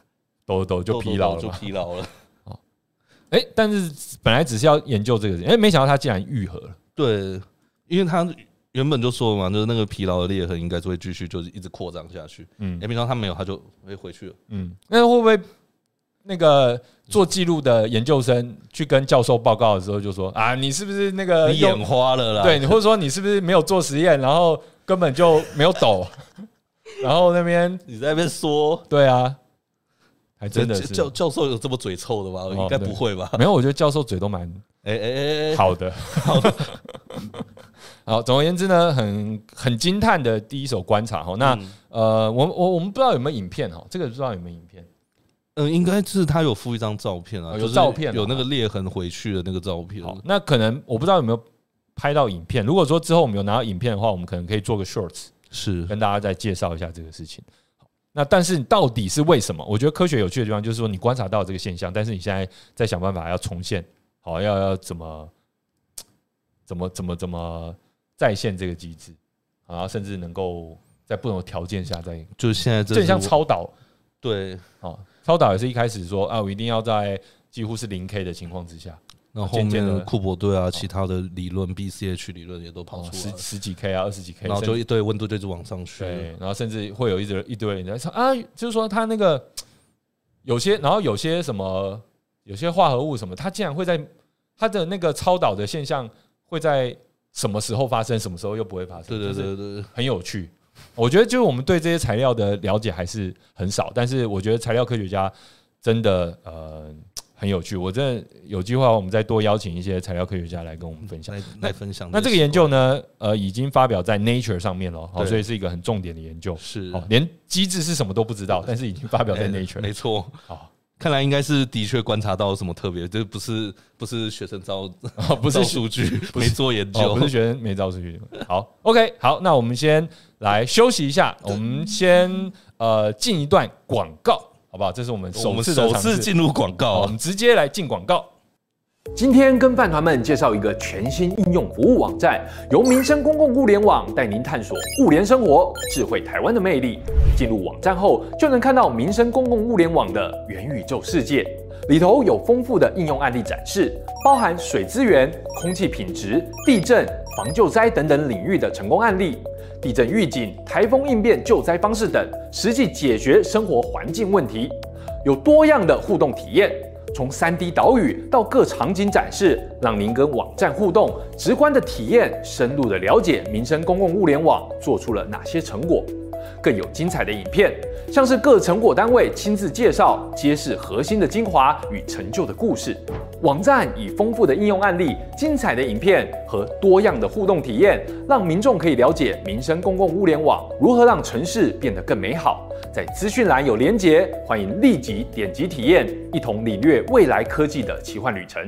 抖抖就疲劳了， 就疲劳了。 哎、欸，但是本来只是要研究这个人，哎、欸，没想到他竟然愈合了。 对，因为他原本就说嘛，就是那个疲劳的裂痕应该是会继续就是一直扩张下去。嗯，哎，没想到他没有，他就会回去了。 嗯，那会不会那个做记录的研究生去跟教授报告的时候就说啊，你是不是那个你眼花了啦？ 对，你或者说你是不是没有做实验，然后根本就没有抖，然后那边你在那边说， 对啊。还真的是教教授有这么嘴臭的吗？应该不会吧？ 没有，我觉得教授嘴都蛮哎哎哎好的，好的。好，总而言之呢，很很惊叹的第一手观察哈。那、嗯、呃，我我我们不知道有没有影片哈，这个不知道有没有影片。 嗯、呃，应该是他有附一张照片啊， 哦、有照片、 就是，有那个裂痕回去的那个照片。 好，那可能我不知道有没有拍到影片。如果说之后我们有拿到影片的话，我们可能可以做个 shorts， 是跟大家再介绍一下这个事情。那但是到底是为什么？我觉得科学有趣的地方就是说，你观察到这个现象，但是你现在在想办法要重现，好，要要怎么怎么怎么怎么再现这个机制，然后甚至能够在不同的条件下再， 就是现在这正像超导， 对， 哦，超导也是一开始说啊，我一定要在几乎是零 K 的情况之下。 那后面的库珀队啊，其他的理论 B C H 理论也都跑出来， 十十几 K 啊，二十几 K， 然后就一堆温度就一直往上去， 对，然后甚至会有一堆一堆人在说啊，就是说它那个有些，然后有些什么，有些化合物什么，它竟然会在它的那个超导的现象会在什么时候发生，什么时候又不会发生， 对对对对， 很有趣。我觉得就是我们对这些材料的了解还是很少，但是我觉得材料科学家真的呃。很有趣，我真的有机会，我们再多邀请一些材料科学家来跟我们分享， 来分享。 那这个研究呢，呃，已经发表在 Nature 上面了，好，所以是一个很重点的研究， 是， 连机制是什么都不知道，但是已经发表在 Nature， 没错。好，看来应该是的确观察到什么特别，这不是不是学生造，不是数据，没做研究， 不是学生没造数据。好 ，OK， 好，那我们先来休息一下，我们先呃进一段广告。好不好？这是我们首次首次进入广告， 我们直接来进广告。 今天跟饭团们介绍一个全新应用服务网站，由民生公共物联网带您探索物联生活、智慧台湾的魅力。进入网站后，就能看到民生公共物联网的元宇宙世界，里头有丰富的应用案例展示，包含水资源、空气品质、地震、防救灾等等领域的成功案例。地震预警、台风应变、救灾方式等，实际解决生活环境问题，有多样的互动体验，从 三 D 岛屿到各场景展示，让您跟网站互动，直观的体验，深入的了解民生公共物联网做出了哪些成果。更有精彩的影片，像是各成果单位亲自介绍，揭示核心的精华与成就的故事。网站以丰富的应用案例、精彩的影片和多样的互动体验，让民众可以了解民生公共物联网如何让城市变得更美好。在资讯栏有连结，欢迎立即点击体验，一同领略未来科技的奇幻旅程。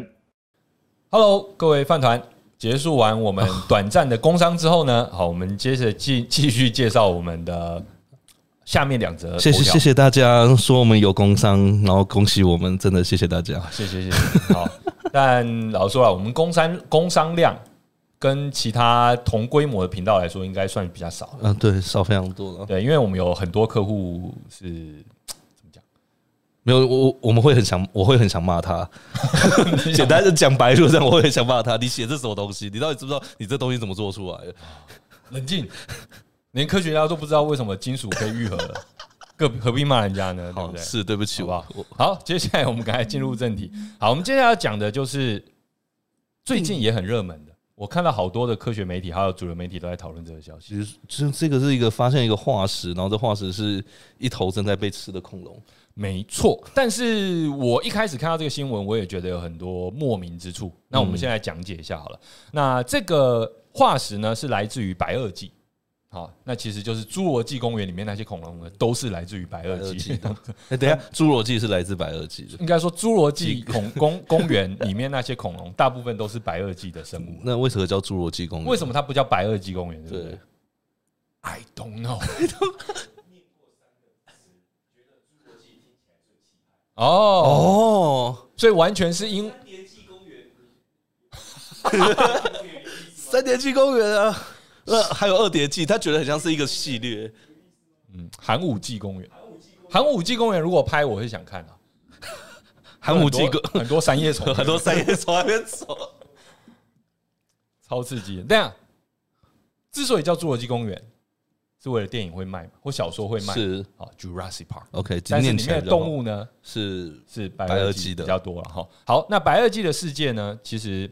Hello， 各位饭团。结束完我们短暂的工商之后呢，好，我们接着继继续介绍我们的下面两则。 谢谢谢谢大家说我们有工商，然后恭喜我们，真的谢谢大家， 谢谢谢谢。好，但老实说了，我们工商工商量跟其他同规模的频道来说，应该算比较少。 嗯、啊，对，少非常多了。 对，因为我们有很多客户是。 没有我，我们会很想，我会很想骂他。简单的讲白就这样，我会很想骂他。你写这什么东西？你到底知不知道你这东西怎么做出来的？ 冷静，连科学家都不知道为什么金属可以愈合了，何何必骂人家呢？对不对？ 是，对不起， 好不好？好，接下来我们赶快进入正题。好，我们接下来要讲的就是最近也很热门的。我看到好多的科学媒体还有主流媒体都在讨论这个消息。 其实，就是这个是一个发现一个化石，然后这化石是一头正在被吃的恐龙。 没错，但是我一开始看到这个新闻，我也觉得有很多莫名之处。那我们现在讲解一下好了。那这个化石呢，是来自于白垩纪。好，那其实就是侏罗纪公园里面那些恐龙呢，都是来自于白垩纪。 哎，等一下，侏罗纪是来自白垩纪的。 应该说，侏罗纪恐公公园里面那些恐龙，大部分都是白垩纪的生物。 那为什么叫侏罗纪公园？ 为什么它不叫白垩纪公园？对不对？ 对 ，I don't know。哦哦，所以完全是因三叠纪公园啊，呃，还有二叠纪，他觉得很像是一个系列。 嗯，寒武纪公园， 寒武纪公园如果拍，我会想看啊。 寒武纪公很多三叶虫， 很多三叶虫在那边走， 超刺激的。这样，之所以叫侏罗纪公园，是为了电影会卖嘛，或小说会卖。 是好 ，Jurassic Park。 OK， 但是里面的动物呢， 是是白垩纪的比较多了哈。好，那白垩纪的世界呢，其实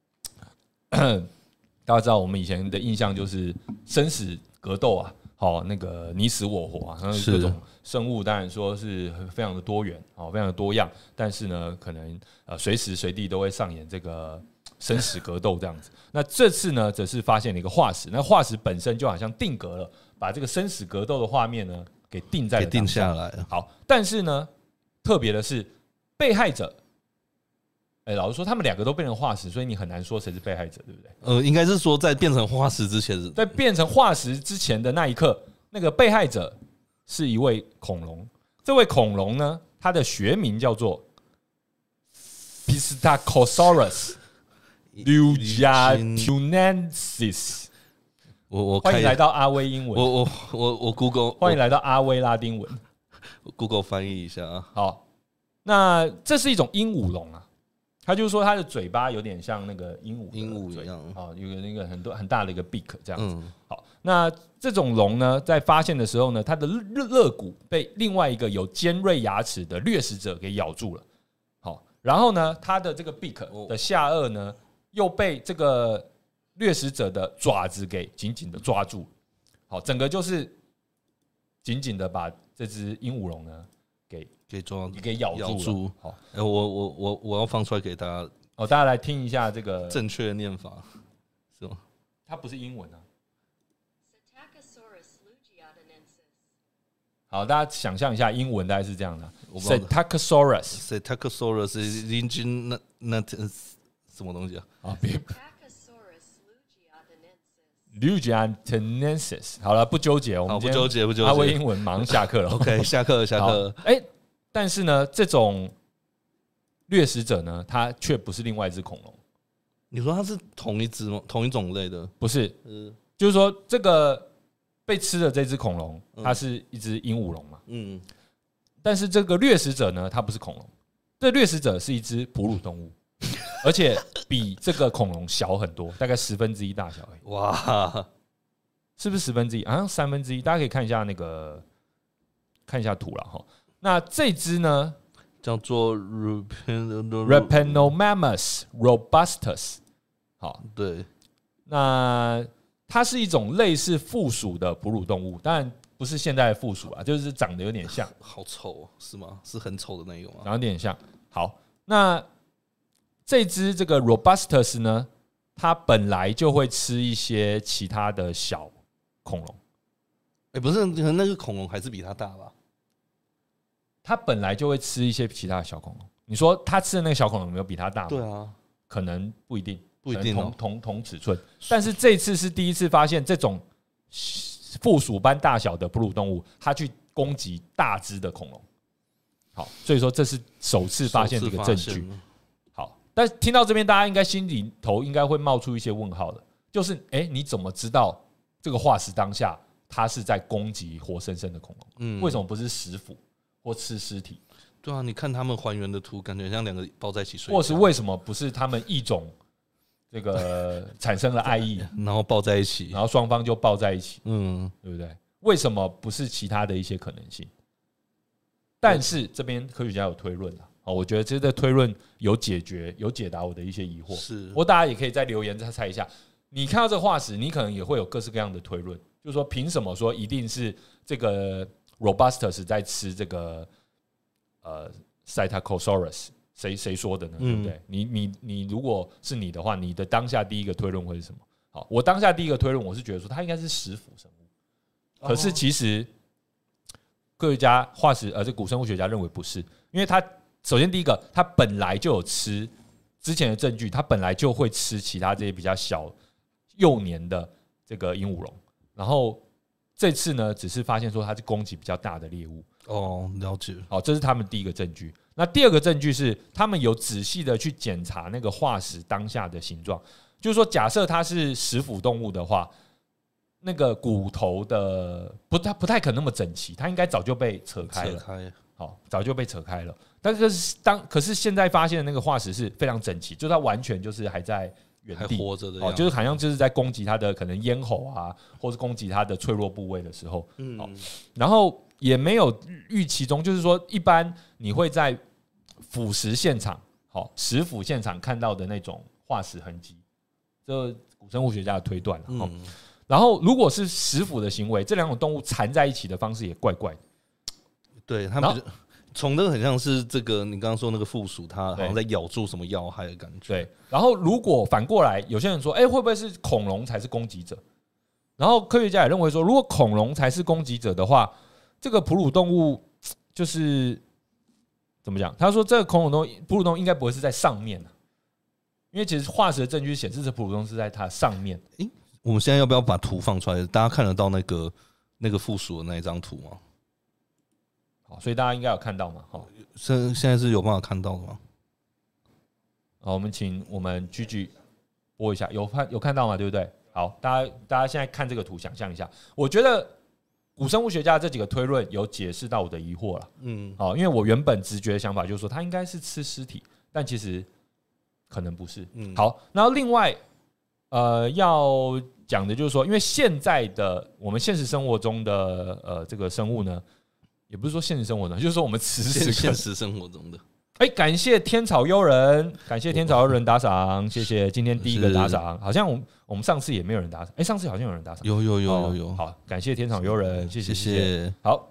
大家知道，我们以前的印象就是生死格斗啊。好，那个你死我活啊，各种生物当然说是非常的多元，好，非常的多样，但是呢，可能呃随时随地都会上演这个生死格斗这样子。那这次呢，则是发现了一个化石，那化石本身就好像定格了，把这个生死格斗的画面呢给定在了给定下来了。 好，但是呢，特别的是被害者。哎、欸，老实说，他们两个都变成化石，所以你很难说谁是被害者，对不对？ 呃，应该是说在变成化石之前， 在变成化石之前的那一刻，那个被害者是一位恐龙。这位恐龙呢，它的学名叫做 Pistachosaurus lujatunensis。 我我欢迎来到阿威英文， 我我我我 Google， 欢迎来到阿威拉丁文 ，Google 翻译一下啊。 好，那这是一种鹦鹉龙啊。他就是说，它的嘴巴有点像那个鹦鹉鹦鹉一样啊，有个那个很多很大的一个 beak 这样子。 嗯、 好，那这种龙呢，在发现的时候呢，它的肋骨被另外一个有尖锐牙齿的掠食者给咬住了。好，然后呢，它的这个 beak 的下颚呢，又被这个掠食者的爪子给紧紧的抓住。好，整个就是紧紧的把这只鹦鹉龙呢给。 给抓给咬住了。好， 哎、欸，我我我我要放出来给大家哦，大家来听一下这个正确的念法，是吗？ 它不是英文啊。好，大家想象一下，英文大概是这样的 ：Psittacosaurus。Psittacosaurus 是那那什么东西啊？ 啊，别。Lujatunensis。好了，不纠结，我们不纠结，不纠结。 阿威英文马上下课了。 OK， 下课了，下课了。 哎。但是呢，这种掠食者呢，它却不是另外一只恐龙。 你说它是同一只吗？同一种类的？ 不是，嗯、就是说这个被吃的这只恐龙，它是一只鹦鹉龙嘛。嗯。但是这个掠食者呢，它不是恐龙，这掠食者是一只哺乳动物，而且比这个恐龙小很多，大概十分之一大小而已。 哇， 是不是十分之一？好像三分之一。大家可以看一下那个，看一下图了哈。那这只呢， 叫做 Repenomamus robustus。好， 对， 那它是一种类似负鼠的哺乳动物，当然不是现在的负鼠啊，就是长得有点像。 好丑，是吗？是很丑的那种吗？ 长得有点像。好，那这只这个 robustus 呢，它本来就会吃一些其他的小恐龙。 哎，不是，那个恐龙还是比它大吧？ 它本来就会吃一些其他的小恐龙。你说它吃的那个小恐龙有没有比它大吗？ 对啊， 可能不一定， 不一定、哦、 同同同尺寸。但是这次是第一次发现这种负鼠般大小的哺乳动物，它去攻击大只的恐龙。好，所以说这是首次发现这个证据。好，但听到这边，大家应该心里头应该会冒出一些问号的，就是哎、欸，你怎么知道这个化石当下它是在攻击活生生的恐龙？嗯，为什么不是食腐？或吃尸体， 对啊，你看他们还原的图，感觉像两个抱在一起睡。 或是为什么不是他们异种这个产生了爱意， 然后抱在一起， 然后双方就抱在一起， 嗯， 对不对？为什么不是其他的一些可能性？但是这边科学家有推论啊，我觉得这个推论有解决、有解答我的一些疑惑。 是， 不过大家也可以在留言再猜一下，你看到这个化石，你可能也会有各式各样的推论，就是说凭什么说一定是这个Robustus 在吃这个呃 Psittacosaurus， 谁谁说的呢？对不对？你你你如果是你的话，你的当下第一个推论会是什么？好，我当下第一个推论，我是觉得说它应该是食腐生物，可是其实科学家化石呃，这古生物学家认为不是，因为它首先第一个，它本来就有吃之前的证据，它本来就会吃其他这些比较小幼年的这个鹦鹉龙，然后。这次呢，只是发现说它是攻击比较大的猎物。 哦，了解。 好，这是他们第一个证据。那第二个证据是，他们有仔细的去检查那个化石当下的形状，就是说，假设它是食腐动物的话， 那个骨头的不太不太可能那么整齐，它应该早就被扯开了， 扯开好，早就被扯开了。但是当可是现在发现的那个化石是非常整齐，就它完全就是还在原地还活着的哦， 样子， 就是好像就是在攻击它的可能咽喉啊，或是攻击它的脆弱部位的时候， 嗯， 然后也没有预期中，就是说一般你会在腐蚀现场，好石腐现场看到的那种化石痕迹，这古生物学家的推断了。嗯，然后如果是石腐的行为，这两种动物缠在一起的方式也怪怪的。 对，它们从那个很像是这个你刚刚说那个附属，它好像在咬住什么要害的感觉。 对，然后如果反过来，有些人说，哎、欸，会不会是恐龙才是攻击者？然后科学家也认为说，如果恐龙才是攻击者的话，这个哺乳动物就是怎么讲？他说这个恐龙动物哺乳动物应该不会是在上面的，因为其实化石的证据显示，这哺乳动物是在它上面。 欸，我们现在要不要把图放出来？大家看得到那个那个附属的那一张图吗？ 好，所以大家应该有看到嘛？好， 现现在是有办法看到的吗？ 好，我们请我们居居播一下，有看有看到吗？对不对？好，大家大家现在看这个图，想象一下，我觉得古生物学家这几个推论有解释到我的疑惑了。嗯，好，因为我原本直觉的想法就是说，它应该是吃尸体，但其实可能不是。嗯，好，然后另外呃要讲的就是说，因为现在的我们现实生活中的呃这个生物呢。也不是说现实生活中，就是说我们此时现实生活中的。 哎、欸，感谢天草幽人，感谢天草幽人打赏，谢谢今天第一个打赏。好像我们我们上次也没有人打赏，哎、欸，上次好像有人打赏， 有有有有有。 哦、好，感谢天草幽人，谢谢谢谢。 好，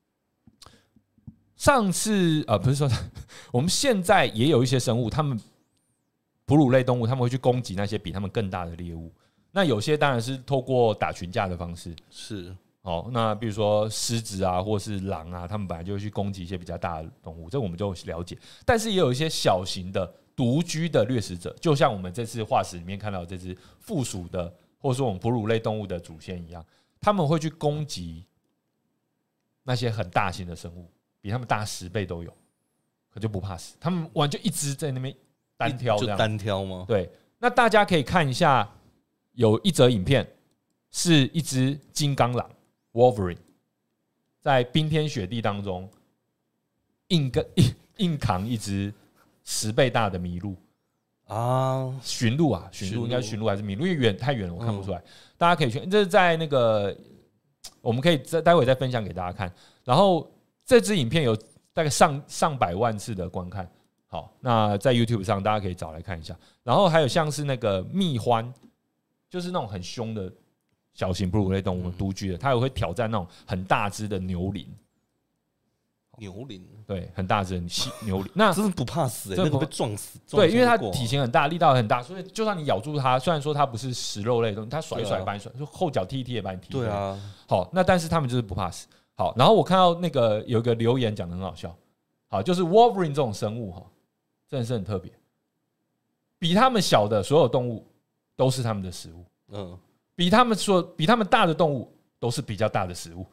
上次啊、呃，不是说我们现在也有一些生物，他们哺乳类动物，他们会去攻击那些比他们更大的猎物。那有些当然是透过打群架的方式， 是。 好，那比如说狮子啊，或是狼啊，他们本来就会去攻击一些比较大的动物，这我们就了解。但是也有一些小型的独居的掠食者，就像我们这次化石里面看到的这只附属的，或者说我们哺乳类动物的祖先一样，他们会去攻击那些很大型的生物，比他们大十倍都有，可就不怕死。他们玩就一直在那边单挑，这样就单挑吗？ 对，那大家可以看一下，有一则影片是一只金刚狼。Wolverine 在冰天雪地当中硬跟硬硬扛一只十倍大的麋鹿啊，驯鹿啊，驯鹿应该是驯鹿还是麋鹿？因为远太远了，我看不出来。嗯、大家可以去，这是在那个，我们可以在待会再分享给大家看。然后这支影片有大概上上百万次的观看，好，那在 YouTube 上大家可以找来看一下。然后还有像是那个蜜獾，就是那种很凶的。小型哺乳类动物独居的，它也会挑战那种很大只的牛羚。 牛羚对，很大只的牛羚，那真的不怕死、欸，那个被撞死。 对，因为它体型很大，力道很大，所以就算你咬住它，虽然说它不是食肉类的东西，它甩一甩把你甩，就后脚踢一踢也把你踢。 对啊， 好，那但是他们就是不怕死。好，然后我看到那个有一个留言讲的很好笑，好，就是 Wolverine 这种生物哈，真的是很特别，比他们小的所有动物都是他们的食物。嗯。比他们说比他们大的动物都是比较大的食物，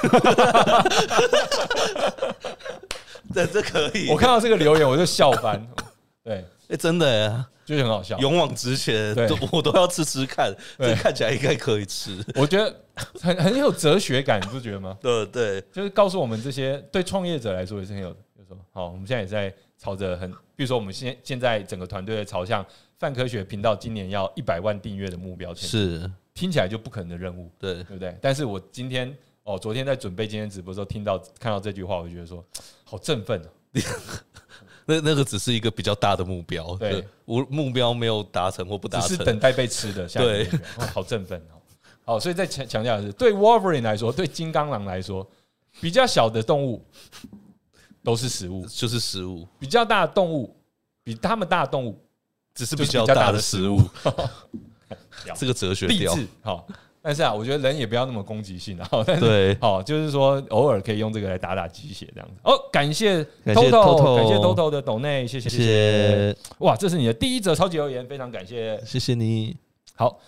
对，这可以。 我看到这个留言我就笑翻，对， 哎、欸，真的耶， 就是很好笑， 勇往直前，我都要吃吃看，这看起来应该可以吃。 我觉得很很有哲学感，你不觉得吗？ 对对， 就是告诉我们这些对创业者来说也是很有，就是说，好，我们现在也在朝着很，比如说我们现现在整个团队的朝向泛科学频道今年要一百万订阅的目标前进，是。听起来就不可能的任务，对对不对？但是我今天哦，昨天在准备今天直播的时候，听到看到这句话，我就觉得说好振奋哦。 那那个只是一个比较大的目标，对，我目标没有达成或不达成， 只是等待被吃的。对，哦，好振奋哦。好，所以再强强调的是，对 Wolverine 来说，对金刚狼来说，比较小的动物都是食物， 就是食物； 比较大的动物，比他们大的动物， 只是比较大的食物。这个哲学励志好，但是啊，我觉得人也不要那么攻击性啊。 对， 好，就是说偶尔可以用这个来打打鸡血这样子。哦，感谢 Toto， 感谢 Toto 的抖内，谢谢谢谢。哇，这是你的第一则超级留言，非常感谢， 谢谢你。 好，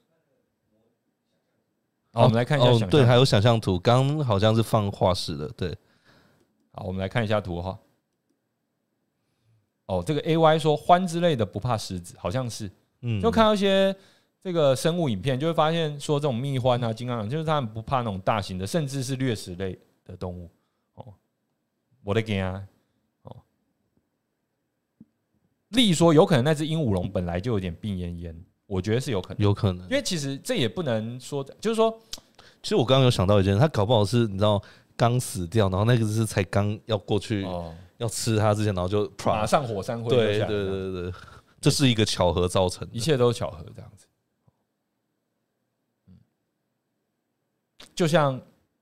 好，我们来看一下想象， 对，还有想象图，刚好像是放化石的，对。 好，我们来看一下图哈。哦，这个 A Y 说獾之类的不怕狮子，好像是。嗯，就看到一些这个生物影片，就会发现说这种蜜獾啊、金刚狼，就是他们不怕那种大型的，甚至是掠食类的动物。哦，我的天啊！哦，例如说，有可能那只鹦鹉龙本来就有点病恹恹，我觉得是有可能， 有可能， 因为其实这也不能说，就是说， 其实我刚刚有想到一件，他搞不好是你知道刚死掉，然后那个是才刚要过去、哦、要吃它之前，然后就马上火山灰。 对对对对，这是一个巧合造成的， 一切都是巧合这样子。就像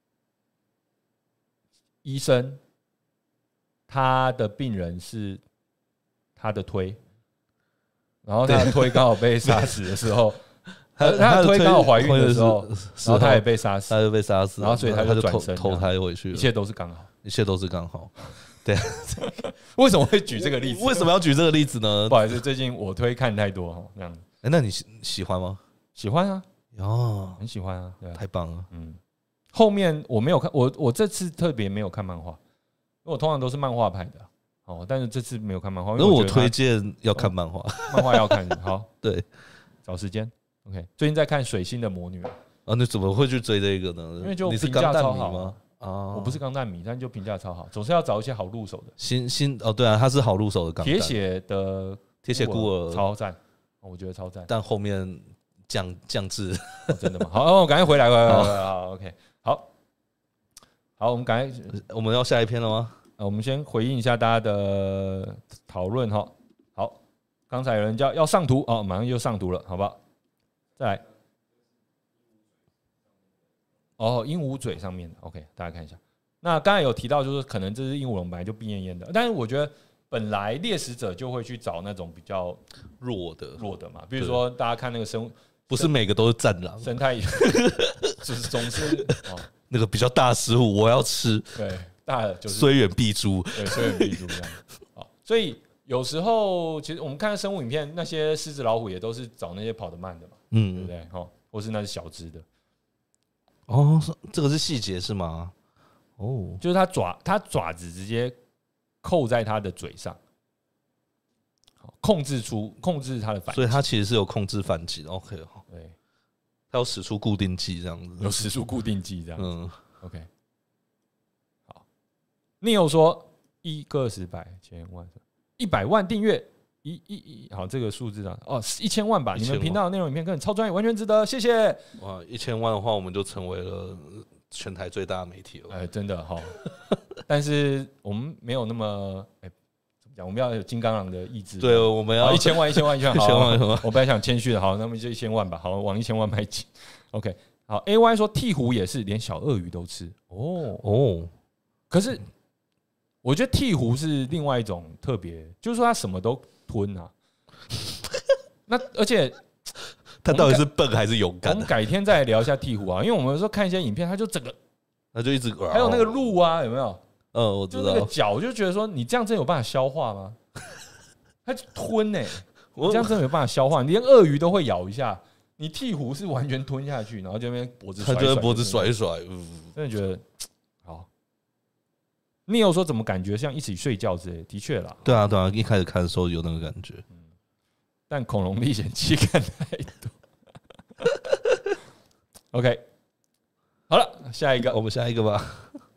医生，他的病人是他的推，然后他的推刚好被杀死的时候，他的推刚好怀孕的时候，然后他也被杀死， 他就被杀死， 然后所以他就转身投胎回去， 一切都是刚好， 一切都是刚好。对， 为什么会举这个例子？ 为什么要举这个例子呢？ 不好意思，最近我推看太多哈，这样子。 哎，那你喜欢吗？ 喜欢啊， 哦， 很喜欢啊，对， 太棒了。 嗯，后面我没有看，我我这次特别没有看漫画，因为我通常都是漫画派的哦，但是这次没有看漫画。 那我推荐要看漫画， 漫画要看，好， 对， 找时间。OK， 最近在看《水星的魔女》 啊，你怎么会去追这个呢？ 因为就你是评价超迷好吗？啊， 我不是钢弹迷，但就评价超好，总是要找一些好入手的。 新新哦，对啊，他是好入手的钢弹。 铁血的铁血孤儿超赞，我觉得超赞。 但后面降降智、 哦，真的吗？好，我赶快回来，回来，回来。好 ，OK， 好，好，我们赶快， 我们要下一篇了吗？ 我们先回应一下大家的讨论哈。好，刚才有人叫要上图，哦，马上就上图了，好不好？再来。哦，鹦鹉嘴上面的 ，OK， 大家看一下。那刚才有提到，就是可能这只鹦鹉龙本来就病恹恹的，但是我觉得本来猎食者就会去找那种比较弱的弱的嘛，比如说大家看那个生， 不是每个都是战狼， 生态就是总是哦， 那个比较大食物我要吃， 对，大的就是虽远必诛， 对，虽远必诛这样。好，所以有时候其实我们看生物影片，那些狮子老虎也都是找那些跑得慢的嘛，嗯，对不对？哦，或是那是小只的。 哦，这个是细节是吗？哦， 就是它爪，它爪子直接扣在它的嘴上，控制出控制它的反击， 所以它其实是有控制反击的。OK， 对， 它有使出固定技这样子， 有使出固定技这样子。嗯 ，OK， 好。你有说一个十百千万一百万订阅。一一一好，这个数字啊，哦，一千万吧。你们频道的内容影片更超专业，完全值得，谢谢。 哇，一千万的话，我们就成为了全台最大的媒体了。 哎，真的哈。但是我们没有那么，哎，怎么讲？我们要有金刚狼的意志。 对，我们要一千万，一千万，一千万， 一千万。 我本来想谦虚的，好，那么就一千万吧。好，往一千万迈进。OK， 好 ，A Y 说鹈鹕也是连小鳄鱼都吃。哦哦，可是我觉得鹈鹕是另外一种特别，就是说它什么都。吞啊！那而且他到底是笨还是勇敢？ 我们改天再聊一下鹈鹕啊，因为我们有时候看一些影片，他就整个， 他就一直， 还有那个鹿啊，有没有？ 嗯，我知道。 就那个脚，就觉得说你这样真有办法消化吗？他就吞呢、欸，你这样真的有办法消化？你连鳄鱼都会咬一下，你鹈鹕是完全吞下去，然后这边脖子甩甩， 他就在脖子甩一甩， 真的觉得好。你有说怎么感觉像一起睡觉之类的？的确啦， 对啊，对啊，一开始看的时候有那个感觉，嗯、 但《恐龙历险记》看太多。OK， 好了，下一个， 我们下一个吧。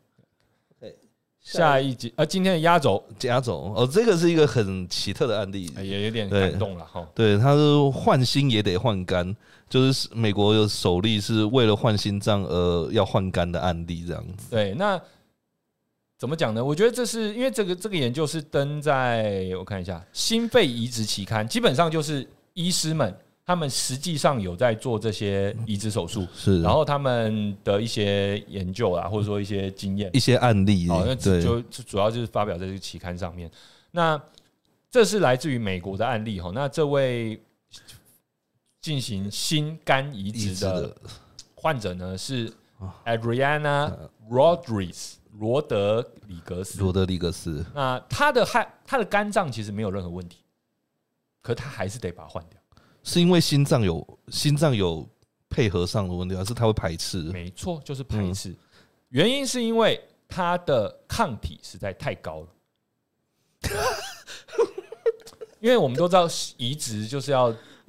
下一集，呃，今天的压轴， 压轴哦，这个是一个很奇特的案例， 也有点感动了哈。 对，他是换心也得换肝，就是美国有首例是为了换心脏而要换肝的案例，这样子。 对，那。怎么讲呢？我觉得这是因为这个这个研究是登在我看一下心肺移植期刊，基本上就是医师们他们实际上有在做这些移植手术， 是， 然后他们的一些研究啊，或者说一些经验、 一些案例， 哦，那就主要就是发表在这个期刊上面。那这是来自于美国的案例哈。那这位进行心肝移植的患者呢是 Adriana Rodriguez。罗德里格斯， 罗德里格斯， 那他的肝他的肝脏其实没有任何问题，可他还是得把它换掉， 是因为心脏有心脏有配合上的问题，还是他会排斥？ 没错，就是排斥。嗯、原因是因为他的抗体实在太高了，因为我们都知道移植就是要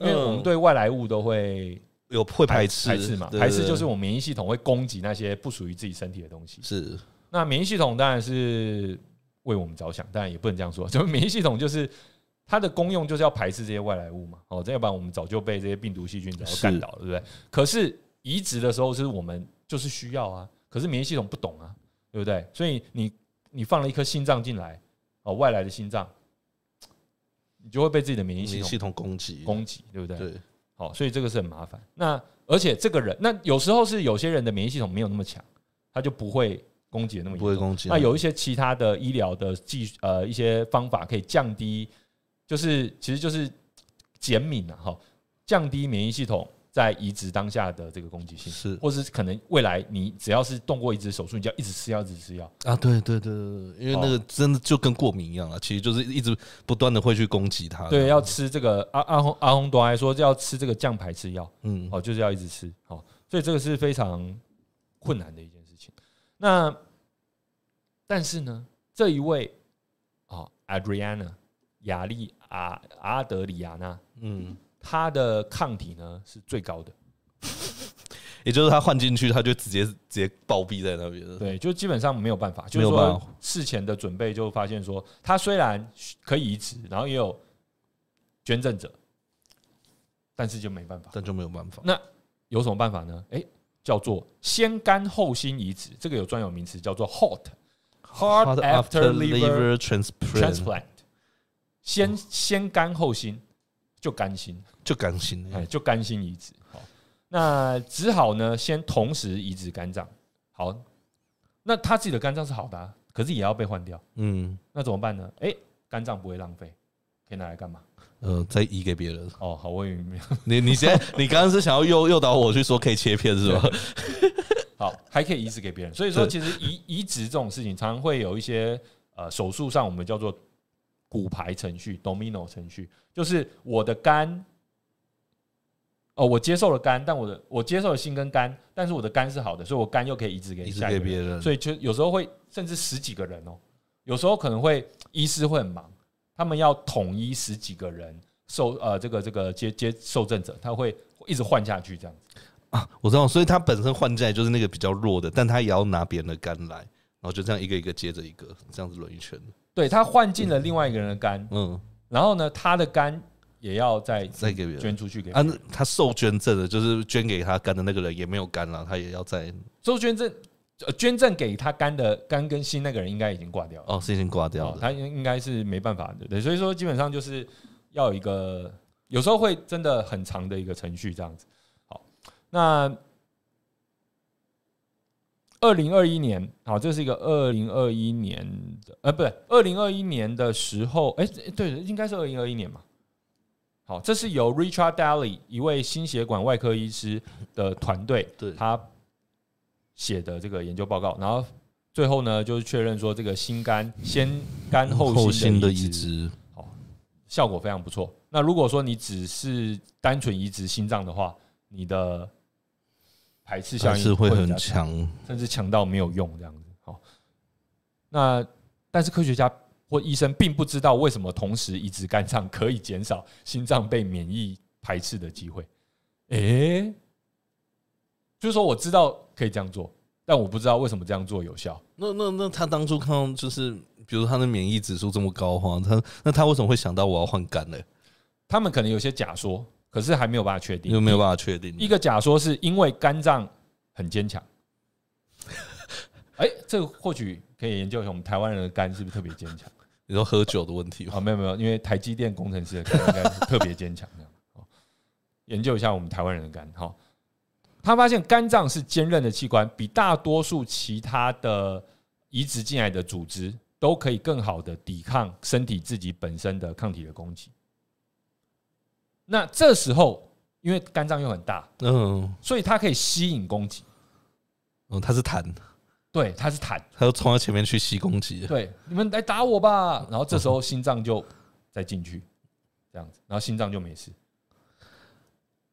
因为我们对外来物都会有会排斥排斥嘛，排斥就是我们免疫系统会攻击那些不属于自己身体的东西。 是， 那免疫系统当然是为我们着想，当然也不能这样说，就免疫系统就是它的功用就是要排斥这些外来物嘛。哦，这要不然我们早就被这些病毒细菌早就干倒了，对不对？可是移植的时候是我们就是需要啊，可是免疫系统不懂啊，对不对？所以你你放了一颗心脏进来，哦，外来的心脏，你就会被自己的免疫系统系统攻击攻击，对不对？ 对。 好，所以这个是很麻烦。那而且这个人，那有时候是有些人的免疫系统没有那么强，他就不会攻击的那么严重， 不会攻击。 那有一些其他的医疗的技呃一些方法可以降低，就是其实就是减敏啊，哈，降低免疫系统在移植当下的这个攻击性， 是， 或是可能未来你只要是动过移植手术，你就要一直吃药，一直吃药啊，对对对对，因为那个真的就跟过敏一样啊，其实就是一直不断的会去攻击它。 对，要吃这个阿阿红阿红多还说要吃这个降排斥药， 嗯， 哦，就是要一直吃，好，所以这个是非常困难的一件事情。那但是呢，这一位啊 ，Adriana 亚丽阿阿德里亚娜，嗯。它的抗体呢是最高的， 也就是它换进去，它就直接直接暴毙在那边了。 对，就基本上没有办法，就是说事前的准备就发现说，它虽然可以移植，然后也有捐赠者，但是就没办法， 但就没有办法。 那有什么办法呢？哎、欸，叫做先肝后心移植，这个有专有名词叫做 H A L T Heart After Liver Transplant， 先先肝后心。就肝心， 就肝心， 哎，就肝心移植。好，那只好呢，先同时移植肝脏。好，那他自己的肝脏是好的、啊，可是也要被换掉。嗯，那怎么办呢？哎、欸，肝脏不会浪费，可以拿来干嘛？ 呃，再移给别人。 哦，好，我以为你你现在你刚刚是想要诱诱导我去说可以切片是吧？ 好，还可以移植给别人。所以说，其实移移植这种事情，常常会有一些呃手术上我们叫做骨牌程序 （domino 程序）。就是我的肝，哦，我接受了肝，但我的我接受了心跟肝，但是我的肝是好的，所以我肝又可以移植给下一个人，人所以就有时候会甚至十几个人哦，有时候可能会医师会很忙，他们要统一十几个人受呃这个这个接接受赠者，他会一直换下去这样子啊，我知道，所以他本身换进来就是那个比较弱的，但他也要拿别人的肝来，然后就这样一个一个接着一个，这样子轮一圈。 对，他换进了另外一个人的肝，嗯。然后呢，他的肝也要再再给别人捐出去给别人啊。他受捐赠的，就是捐给他肝的那个人也没有肝了，他也要再受捐赠，捐赠给他肝的肝跟心那个人应该已经挂掉了。 哦，是已经挂掉了， 哦、他应该是没办法的。对，所以说基本上就是要有一个，有时候会真的很长的一个程序这样子。好，那二零二一年，好，这是一个二零二一年的，呃，不对，二零二一年的时候，哎、欸，对，应该是二零二一年嘛。好，这是由 Richard Daly 一位心血管外科医师的团队，他写的这个研究报告，然后最后呢，就是确认说这个心肝先肝后心的移植，好，效果非常不错。那如果说你只是单纯移植心脏的话，你的排斥效应会很强， 甚至强到没有用这样子。好，那但是科学家或医生并不知道为什么同时移植肝脏可以减少心脏被免疫排斥的机会。哎、欸，就是说我知道可以这样做，但我不知道为什么这样做有效。 那那那他当初看到就是，比如他的免疫指数这么高的话，他那他为什么会想到我要换肝呢？ 他们可能有些假说。可是还没有办法确定， 又没有办法确定。 一个假说是因为肝脏很坚强，哎，这个或许可以研究一下我们台湾人的肝是不是特别坚强？ 你说喝酒的问题吗？ 啊，没有没有，因为台积电工程师的肝应该是特别坚强这样。研究一下我们台湾人的肝，哈，他发现肝脏是坚韧的器官，比大多数其他的移植进来的组织都可以更好的抵抗身体自己本身的抗体的攻击。那这时候，因为肝脏又很大，嗯，所以它可以吸引攻击。 嗯，它是痰， 对，它是痰， 它就冲到前面去吸攻击。 对，你们来打我吧。然后这时候心脏就再进去，这样子，然后心脏就没事。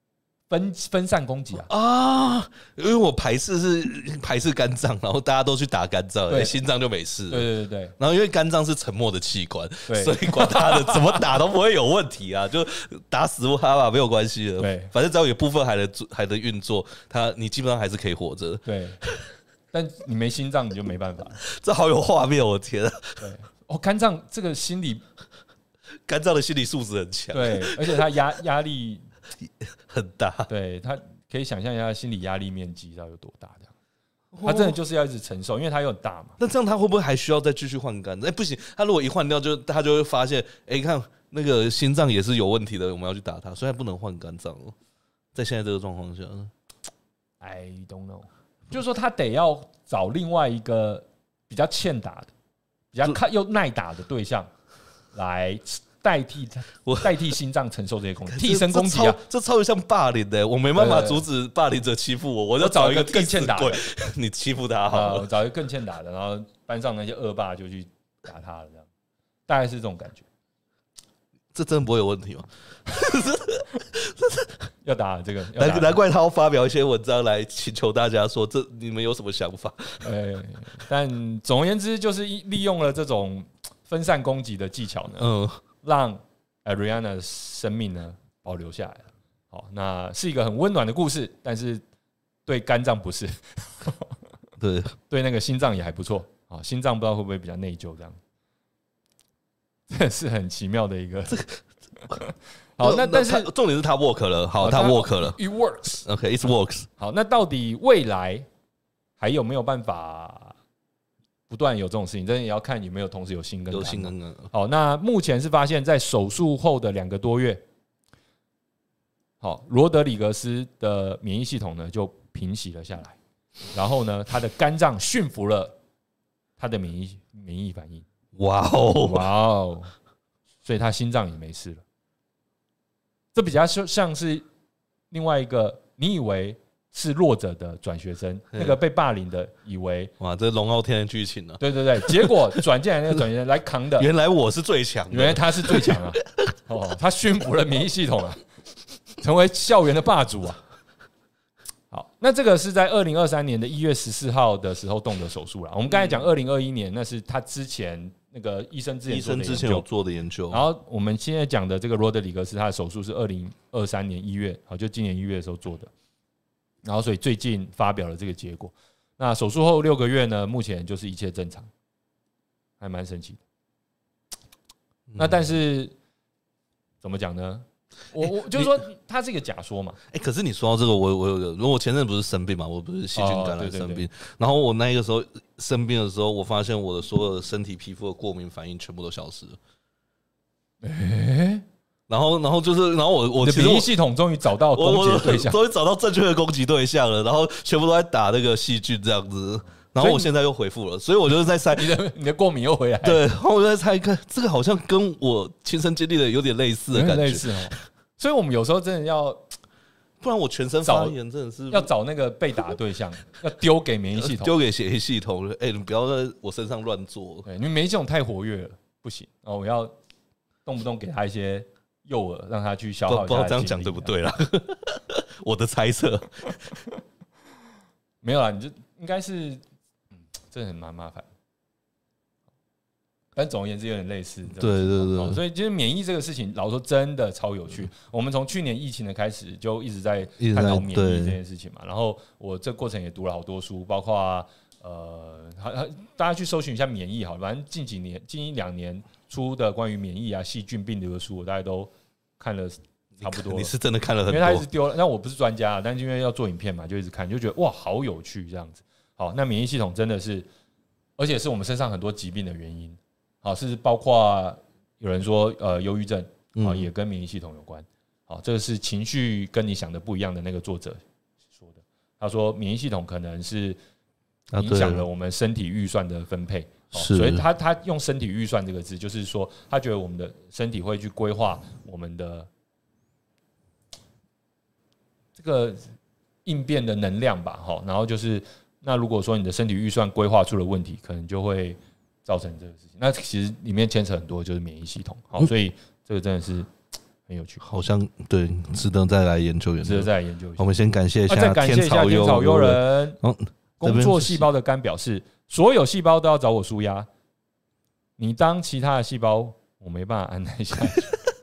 分分散攻击啊啊！因为我排斥是排斥肝脏，然后大家都去打肝脏，对，心脏就没事。 对对对。 然后因为肝脏是沉默的器官，所以管他的怎么打都不会有问题啊，就打死他吧，没有关系的。对，反正只要有部分还能还能运作，他你基本上还是可以活着。 对，但你没心脏你就没办法。 这好有画面，我天啊！ 对，哦，肝脏这个心理， 肝脏的心理素质很强。 对，而且他压压力。 很大， 对，他可以想象一下心理压力面积到有多大，这样，他真的就是要一直承受，因为他又很大嘛。 那这样他会不会还需要再继续换肝？哎、欸，不行，他如果一换掉就，就他就会发现，哎、欸，看那个心脏也是有问题的，我们要去打他，所以他不能换肝脏哦。在现在这个状况下 ，I don't know， 就是说他得要找另外一个比较欠打的、比较看又耐打的对象来。代替他，代替心脏承受这些攻击，替身攻击啊！ 这超级像霸凌的，我没办法阻止霸凌者欺负我，我就找一个更欠打的， 你欺负他好了， 我找一个更欠打的，然后班上那些恶霸就去打他了，这样大概是这种感觉。 这真的不会有问题吗？ 要打这个， 难难怪他要发表一些文章来请求大家说，这你们有什么想法？ 呃，但总而言之，就是利用了这种分散攻击的技巧呢，嗯。让 Ariana 的生命呢保留下来了。好，那是一个很温暖的故事，但是对肝脏不是， 对对那个心脏也还不错。好，心脏不知道会不会比较内疚，这样，这是很奇妙的一个。好，那但是重点是他 work 了，好，他 work 了 ，it works，OK，it works。 好，那到底未来还有没有办法？不断有这种事情，但是也要看有没有同时有心跟肝。有心跟肝。好，那目前是发现，在手术后的两个多月，好，罗德里格斯的免疫系统呢就平息了下来，然后呢，他的肝脏驯服了他的免疫免疫反应。 哇哦， 哇哦，所以他心脏也没事了。这比较像是另外一个，你以为是弱者的转学生，那个被霸凌的以为哇，这龙傲天的剧情啊！ 对对对，结果转进来那个转学生来扛的， 原来我是最强， 原来他是最强啊！哦，他驯服了免疫系统啊，成为校园的霸主啊！好，那这个是在二零二三年的一月十四号的时候动的手术啦。我们刚才讲二零二一年，那是他之前那个医生之前医生之前有做的研究。 然后我们现在讲的这个罗德里格斯，他的手术是二零二三年一月，好，就今年一月的时候做的。然后，所以最近发表了这个结果。那手术后六个月呢，目前就是一切正常，还蛮神奇的。那但是怎么讲呢？我我就是说，它是一个假说嘛。 哎、欸，可是你说到这个，我我有个，因为我前阵不是生病嘛，我不是细菌感染生病，哦、对对对，然后我那个时候生病的时候，我发现我的所有的身体皮肤的过敏反应全部都消失了。哎、欸。然后，然后就是，然后我我其实免疫系统终于找到攻击的对象， 终于找到正确的攻击对象了。然后全部都在打那个细菌这样子。然后我现在又恢复了，所以我就是在猜你的你的过敏又回来了。 对，然后我就在猜看，这个好像跟我亲身经历的有点类似的感觉。 类似哦。所以我们有时候真的要， 不然我全身发炎真的是要找那个被打的对象，要丢给免疫系统， 丢给血液系统。哎、欸，你不要在我身上乱做， 对，你免疫系统太活跃了，不行。然后我要动不动给他一些诱饵，让他去消耗一下。 不知道这样讲对不对啦？我的猜测没有啦，你就应该是，嗯，这很蛮麻烦。但总而言之，有点类似。 对对对， 所以其实免疫这个事情，老实说真的超有趣。我们从去年疫情的开始，就一直在探讨免疫这件事情嘛。然后我这过程也读了好多书，包括呃，大家去搜寻一下免疫好了，反正近几年、近一两年出的关于免疫啊、细菌、病毒的书，我大概都看了差不多。 你是真的看了很多， 因为他一直丢了。那我不是专家，但是因为要做影片嘛，就一直看，就觉得哇，好有趣这样子。好，那免疫系统真的是，而且是我们身上很多疾病的原因。好，是包括有人说，呃，忧郁症啊，也跟免疫系统有关。好，这个是情绪跟你想的不一样的那个作者说的。他说，免疫系统可能是影响了我们身体预算的分配，所以他他用身体预算这个字，就是说他觉得我们的身体会去规划我们的这个应变的能量吧。好，然后就是那如果说你的身体预算规划出了问题，可能就会造成这个事情。那其实里面牵扯很多，就是免疫系统。好，所以这个真的是很有趣， 好像对，值得再来研究研究， 值得再来研究一下。 我们先感谢一下、 啊、再感谢一下天草优人。哦，工作细胞的肝表示，所有细胞都要找我舒压，你当其他的细胞，我没办法按耐下去。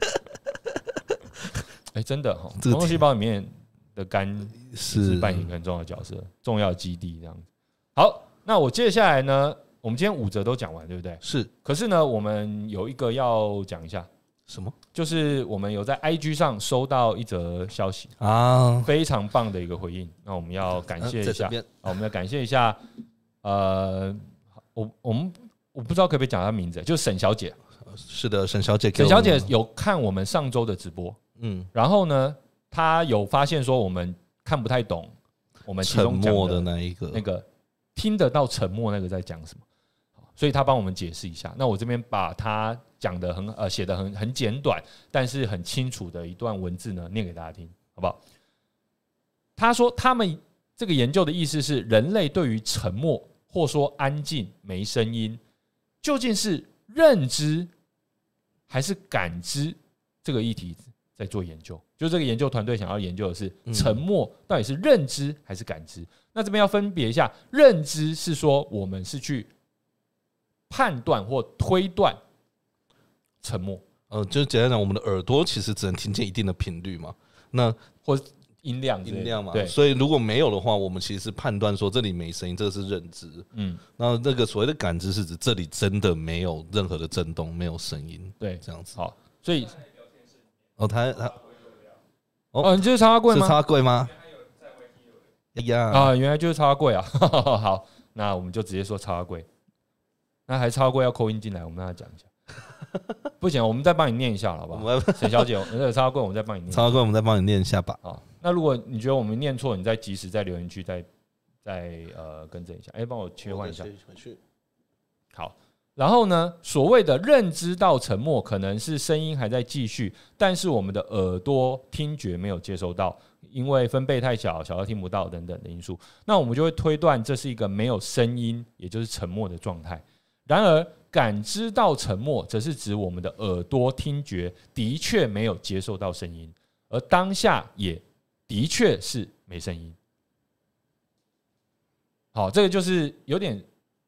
哎、欸，真的哈，工作细胞里面的肝是扮演一个很重要的角色，重要的基地这样子。好，那我接下来呢，我们今天五则都讲完，对不对？ 是。 可是呢，我们有一个要讲一下， 什么？ 就是我们有在 I G 上收到一则消息啊， 非常棒的一个回应。那我们要感谢一下，啊、我们要感谢一下，呃，我我们我不知道可不可以讲她名字，就是沈小姐。 是的，沈小姐， 沈小姐有看我们上周的直播。嗯，然后呢，他有发现说我们看不太懂我们其中沉默的那一个， 那个听得到沉默那个在讲什么，所以他帮我们解释一下。那我这边把他讲的很呃写的很很简短，但是很清楚的一段文字呢，念给大家听，好不好？他说他们这个研究的意思是，人类对于沉默或说安静没声音，究竟是认知还是感知这个议题在做研究，就这个研究团队想要研究的是沉默到底是认知还是感知。嗯、那这边要分别一下，认知是说我们是去判断或推断沉默， 呃，就简单讲，我们的耳朵其实只能听见一定的频率嘛，那或音量音量嘛， 对。 所以如果没有的话，我们其实是判断说这里没声音，这个是认知。嗯，那那个所谓的感知是指这里真的没有任何的震动，没有声音， 对， 这样子。 好，所以。 哦，他他哦，你就是插柜吗？ 是插柜吗？哎呀， 啊，原来就是插柜啊！好，那我们就直接说插柜。那还插柜要扣音进来，我们让他讲一下。不行，我们再帮你念一下，好不好？沈小姐，那个插柜我们再帮你念。 插柜我们再帮你念一下吧。 好，那如果你觉得我们念错，你再及时在留言区再再呃更正一下。哎，帮我切换一下。好。然后呢，所谓的认知到沉默，可能是声音还在继续，但是我们的耳朵听觉没有接收到，因为分贝太小，小到听不到等等的因素。那我们就会推断这是一个没有声音，也就是沉默的状态。然而，感知到沉默，则是指我们的耳朵听觉的确没有接受到声音，而当下也的确是没声音。好，这个就是有点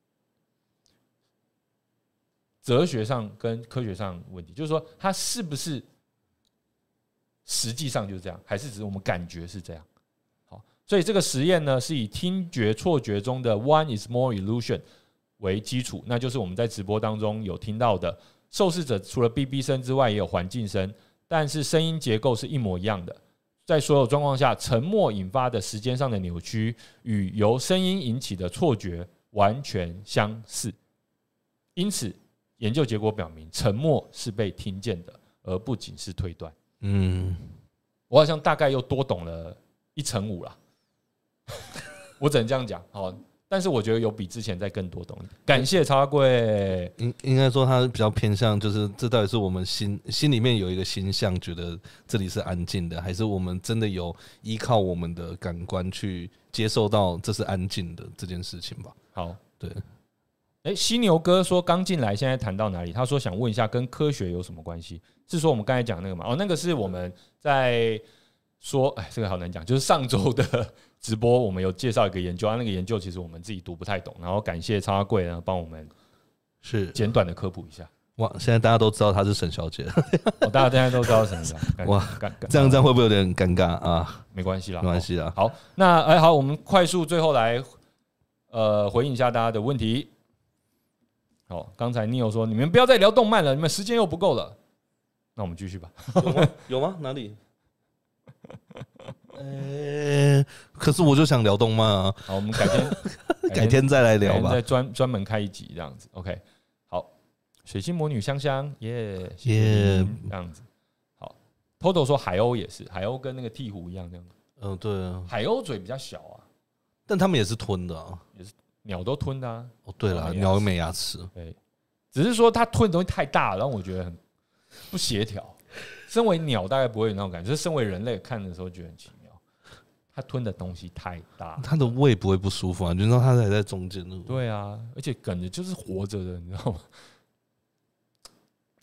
哲学上跟科学上问题，就是说它是不是实际上就是这样，还是只是我们感觉是这样？好，所以这个实验呢，是以听觉错觉中的 one is more illusion 为基础，那就是我们在直播当中有听到的，受试者除了哔哔声之外，也有环境声，但是声音结构是一模一样的。在所有状况下，沉默引发的时间上的扭曲与由声音引起的错觉完全相似，因此研究结果表明，沉默是被听见的，而不仅是推断。嗯，我好像大概又多懂了一成五啦，我只能这样讲。好，但是我觉得有比之前再更多懂一点。感谢茶柜， 应应该说他比较偏向，就是这到底是我们心心里面有一个心象，觉得这里是安静的，还是我们真的有依靠我们的感官去接受到这是安静的这件事情吧？ 好， 对。 哎，犀牛哥说刚进来，现在谈到哪里？他说想问一下，跟科学有什么关系？是说我们刚才讲那个吗？哦，那个是我们在说，哎，这个好难讲。就是上周的直播，我们有介绍一个研究，啊，那个研究其实我们自己读不太懂，然后感谢插柜呢帮我们是简短的科普一下。 哇，现在大家都知道她是沈小姐， 哦，大家现在都知道沈小姐。 哇，这样这样会不会有点尴尬啊？ 没关系啦， 没关系啦。 好，那哎好，我们快速最后来呃回应一下大家的问题。好，刚才 Neo 说你们不要再聊动漫了，你们时间又不够了。那我们继续吧。 有吗？有吗？哪里？呃、欸，可是我就想聊动漫啊。 好，我们改天改天再来聊吧， 再专专门开一集这样子。OK， 好，水星魔女香香，耶耶，这样子。好 ，Toto 说海鸥也是，海鸥跟那个鹈鹕一样这样。 嗯、呃，对啊， 海鸥嘴比较小啊， 但他们也是吞的啊， 也是。鸟都吞的啊！ 哦，对了，鸟又没牙齿， 对，只是说它吞的东西太大了，让我觉得很不协调。身为鸟大概不会有那种感觉，就是身为人类看的时候觉得很奇妙。它吞的东西太大， 它的胃不会不舒服啊？你知道它还在中间呢。 对啊，而且感觉就是活着的，你知道吗？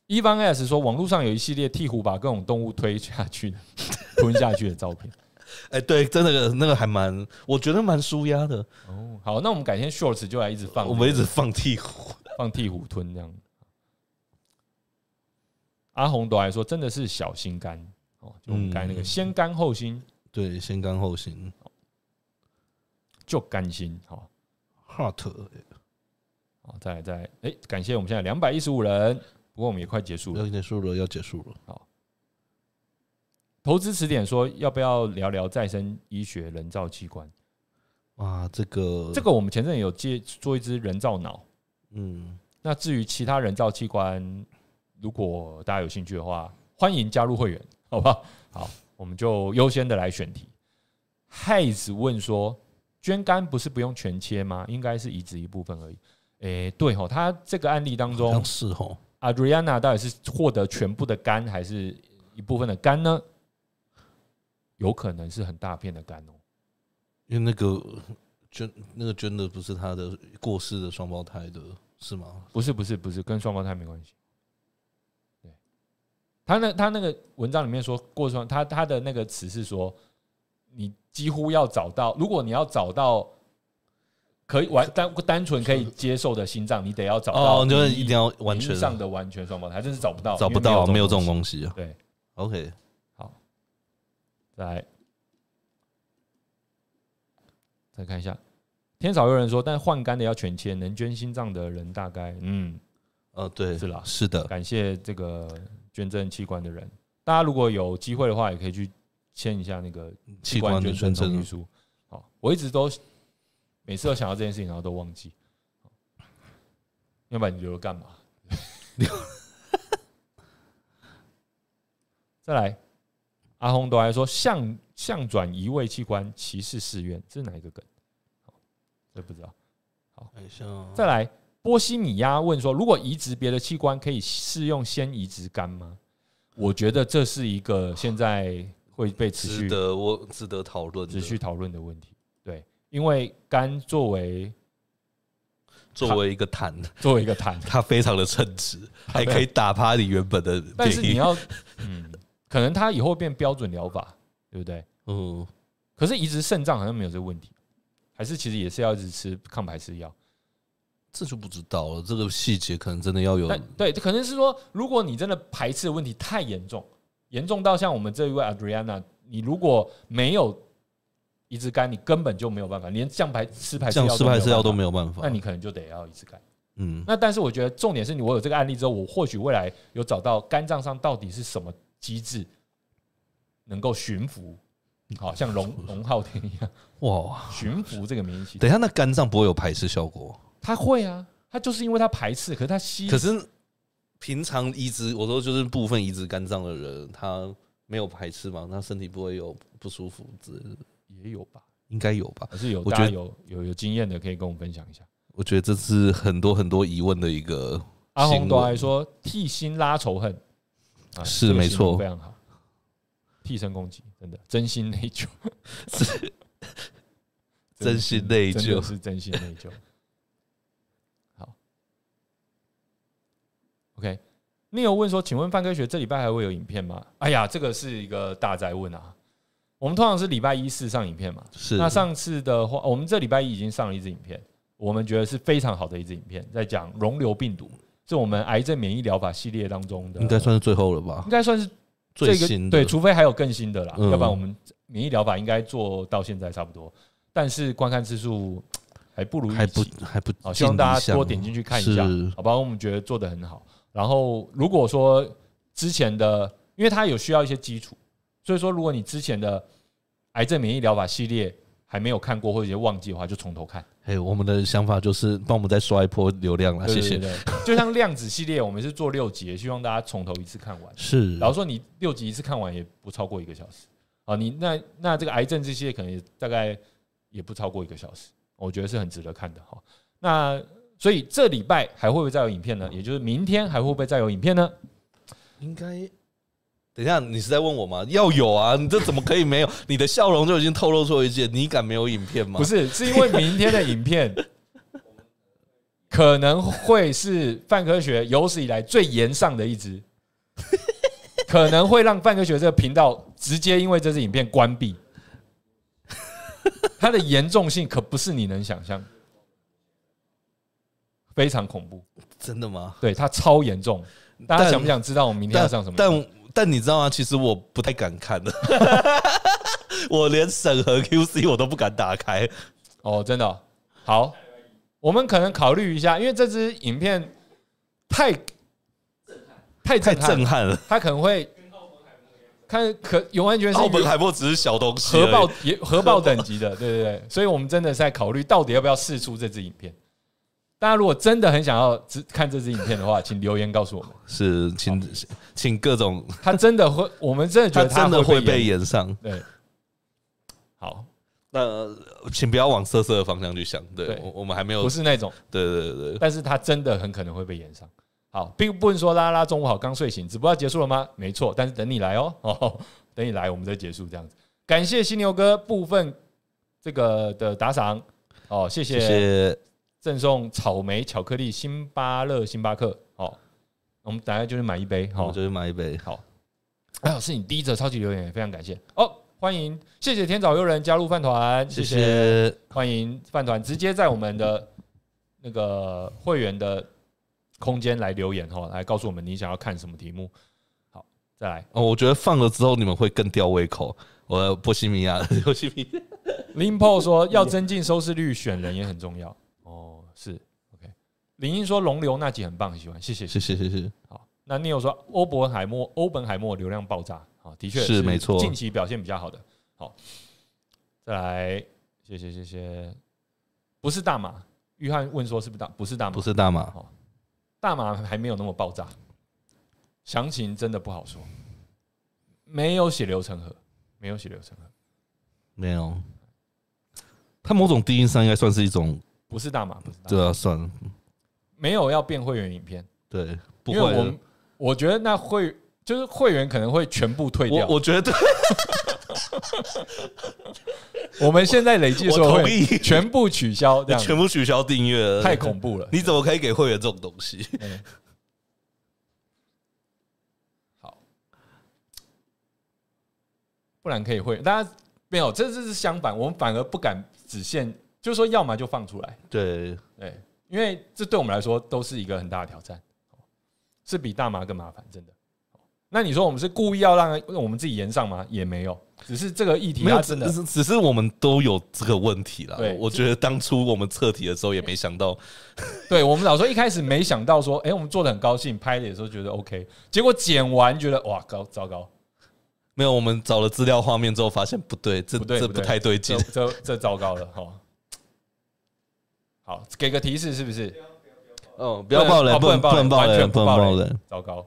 Evan S 说，网络上有一系列鹈鹕把各种动物推下去的、吞下去的照片。 哎、欸，对，真的那个还蛮，我觉得蛮舒压的。 哦，好，那我们改天 shorts 就来一直放、那個， 我们一直放鹈鹕， 放鹈鹕吞这样。阿红都还说，真的是小心肝哦，就我们刚才那个先甘后辛， 对，先甘后辛， 就甘心好 ，heart， 好，再来再来，哎、欸，感谢我们现在两百一十五人，不过我们也快结束了， 要结束了，要结束了。 好。投资词典说，要不要聊聊再生医学人造器官？ 哇，这个这个我们前阵有接做一支人造脑，嗯，那至于其他人造器官，如果大家有兴趣的话，欢迎加入会员，好不好？好，我们就优先的来选题。害子问说，捐肝不是不用全切吗？应该是移植一部分而已。诶，对吼，他这个案例当中， 是吼 ，Adriana 到底是获得全部的肝，还是一部分的肝呢？有可能是很大片的肝哦， 因为那个捐那个捐的不是他的过世的双胞胎的，是吗？ 不是不是不是，跟双胞胎没关系。对，他那他那个文章里面说过双，他他的那个词是说，你几乎要找到，如果你要找到可以完单单纯可以接受的心脏，你得要找到， 哦，就是一定要完全上的完全双胞胎，还真是找不到， 找不到，没有这种东东西。 对 ，OK。 来，再看一下，天少有人说，但换肝的要全切，能捐心脏的人大概，嗯， 呃，对， 是啦， 是的。 感谢这个捐赠器官的人，大家如果有机会的话，也可以去签一下那个器官捐赠同意书。好，我一直都每次都想到这件事情，然后都忘记，要不然你留着干嘛？再来。阿红都还说向向转移位器官歧视寺院，这是哪一个梗？这不知道。好，再来，波西米亚问说，如果移植别的器官，可以适用先移植肝吗？我觉得这是一个现在会被持续值得我值得讨论、 持续讨论的问题。对，因为肝作为作为一个痰， 作为一个痰， 它非常的称职，还可以打趴你原本的。 但是你要，嗯。可能它以后变标准疗法，对不对？嗯。可是移植肾脏好像没有这个问题，还是其实也是要一直吃抗排斥药， 这就不知道了。这个细节可能真的要有。 对，可能是说，如果你真的排斥的问题太严重，严重到像我们这一位 Adriana， 你如果没有移植肝，你根本就没有办法，连降排吃排斥药吃排斥药都没有办法， 那你可能就得要移植肝。 嗯。 那但是我觉得重点是你我有这个案例之后，我或许未来有找到肝脏上到底是什么机制能够驯服，好像龙龙昊天一样，哇，驯服这个免疫系统。 等一下，那肝脏不会有排斥效果？ 它会啊，它就是因为它排斥，可是它吸。 可是平常移植，我说就是部分移植肝脏的人，他没有排斥吗？他身体不会有不舒服之类的？ 也有吧， 应该有吧？ 还是有？大家有有有经验的可以跟我们分享一下。 我觉得这是很多很多疑问的一个。 阿红都还说替心拉仇恨。啊、 是没错， 非常好。替身攻击，真的真心内疚， 是真心内疚， 真的是真心内疚。好 ，OK。你有问说，请问范科学这礼拜还会有影片吗？哎呀，这个是一个大哉问啊！我们通常是礼拜一四上影片嘛， 是。 那上次的话，我们这礼拜一已经上了一支影片，我们觉得是非常好的一支影片，在讲溶瘤病毒。是我们癌症免疫疗法系列当中的， 应该算是最后了吧？ 应该算是最新的， 对，除非还有更新的啦，嗯、要不然我们免疫疗法应该做到现在差不多，但是观看次数还不如预期， 还不还不好，希望大家多点进去看一下，好吧？我们觉得做得很好。然后如果说之前的，因为它有需要一些基础，所以说如果你之前的癌症免疫疗法系列还没有看过或者忘记的话，就从头看。 哎，我们的想法就是帮我们再刷一波流量啦，谢谢。 就像量子系列，我们是做六集，希望大家从头一次看完。 是， 然后说你六集一次看完也不超过一个小时啊，你那那这个癌症这些可能也大概也不超过一个小时，我觉得是很值得看的哈。那所以这礼拜还会不会再有影片呢？也就是明天还会不会再有影片呢？ 应该。等一下，你是在问我吗？要有啊，你这怎么可以没有？你的笑容就已经透露出一切，你敢没有影片吗？ 不是，是因为明天的影片可可能会是泛科学有史以来最炎上的一支，可能会让泛科学这个频道直接因为这支影片关闭。它的严重性可不是你能想象，非常恐怖。 真的吗？ 对，它超严重。大家想不想知道我们明天要上什么？ 但但你知道吗？其实我不太敢看的，我连审核 Q C 我都不敢打开。 哦，真的哦、好，我们可能考虑一下，因为这支影片太太太震撼震撼了， 它可能会看可有完全是奥本海默只是小东西， 核爆也核爆等级的，对对对，所以我们真的是在考虑到底要不要释出这支影片。大家如果真的很想要看这支影片的话，请留言告诉我们。 是，请请各种， 他真的会，我们真的觉得他真的会被演演上。 对，好， 那请不要往色色的方向去想。对， 对我我们还没有， 不是那种， 对对对对， 但是他真的很可能会被演上。好，并不能说拉拉中午好刚睡醒，直播要结束了吗？没错，但是等你来哦，哦，等你来我们再结束这样子。感谢犀牛哥部分这个的打赏哦，谢谢。 谢谢赠送草莓巧克力星巴乐星巴克，好，我们大概就是买一杯，好， 我就是买一杯。 好，哎呦，是你第一则超级留言，非常感谢哦，欢迎，谢谢天早悠人加入饭团，谢谢，欢迎饭团直接在我们的那个会员的空间来留言哈，来告诉我们你想要看什么题目。好，再来哦，我觉得放了之后你们会更吊胃口。我的波西米亚，波西米亚 ，Limpo 说要增进收视率，选人也很重要。哦，是 OK。林英说龙流那集很棒，很喜欢，谢谢， 谢谢，谢谢。 好，那 Neil 说欧本海默，欧本海默流量爆炸，好，的确是没错， 近期表现比较好的。好，再来，谢谢，谢谢。不是大马，约翰问说是不是大？不是大马， 不是大马， 好，大马还没有那么爆炸，详情真的不好说，没有血流成河，没有血流成河， 没有。它某种低音上应该算是一种。 不是大马，不是大马， 对啊，算了， 没有要变会员影片， 对，不因为会我我觉得那会就是会员可能会全部退掉， 我我觉得我们现在累计所有会员全部取消，这样全部取消订阅， 太恐怖了， 你怎么可以给会员这种东西？ 嗯、好，不然可以会员，大家没有，这这是相反，我们反而不敢只限。就是说，要么就放出来， 对对，因为这对我们来说都是一个很大的挑战，是比大麻更麻烦，真的。那你说我们是故意要让我们自己延上吗？也没有，只是这个议题它真的， 只是我们都有这个问题啦。 对， 我觉得当初我们测题的时候也没想到， 对我们老说一开始没想到说，哎、欸，我们做的很高兴，拍的时候觉得 OK， 结果剪完觉得哇，高糟糕。 没有，我们找了资料画面之后发现不对，这不对， 这不太对劲， 这这这糟糕了哈。好，给个提示是不是？ 哦，不要爆雷，不能不能爆雷， 不能爆雷， 糟糕。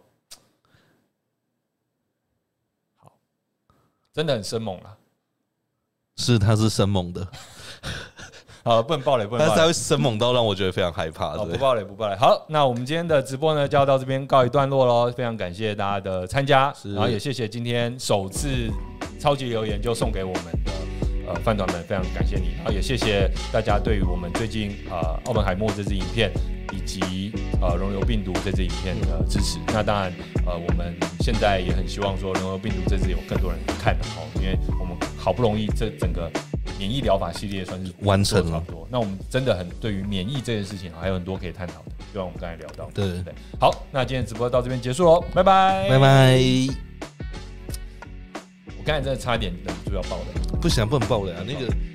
好，真的很生猛了。 是，他是生猛的。 好，不能爆雷，不能爆雷。 但是他会生猛到让我觉得非常害怕。 好，不爆雷，不爆雷。好，那我们今天的直播呢，就要到这边告一段落喽。非常感谢大家的参加，然后也谢谢今天首次超级留言就送给我们的。呃，饭团们非常感谢你，然后也谢谢大家对于我们最近呃奥本海默这支影片以及呃溶瘤病毒这支影片的支持。那当然，呃，我们现在也很希望说溶瘤病毒这支有更多人看哦，因为我们好不容易这整个免疫疗法系列算是完成了。 那我们真的很对于免疫这件事情还有很多可以探讨的，就像我们刚才聊到的。 对对对。好，那今天直播到这边结束喽，拜拜， 拜拜。 我刚才真的差点忍不住要爆雷。 不行，不能爆雷啊！那个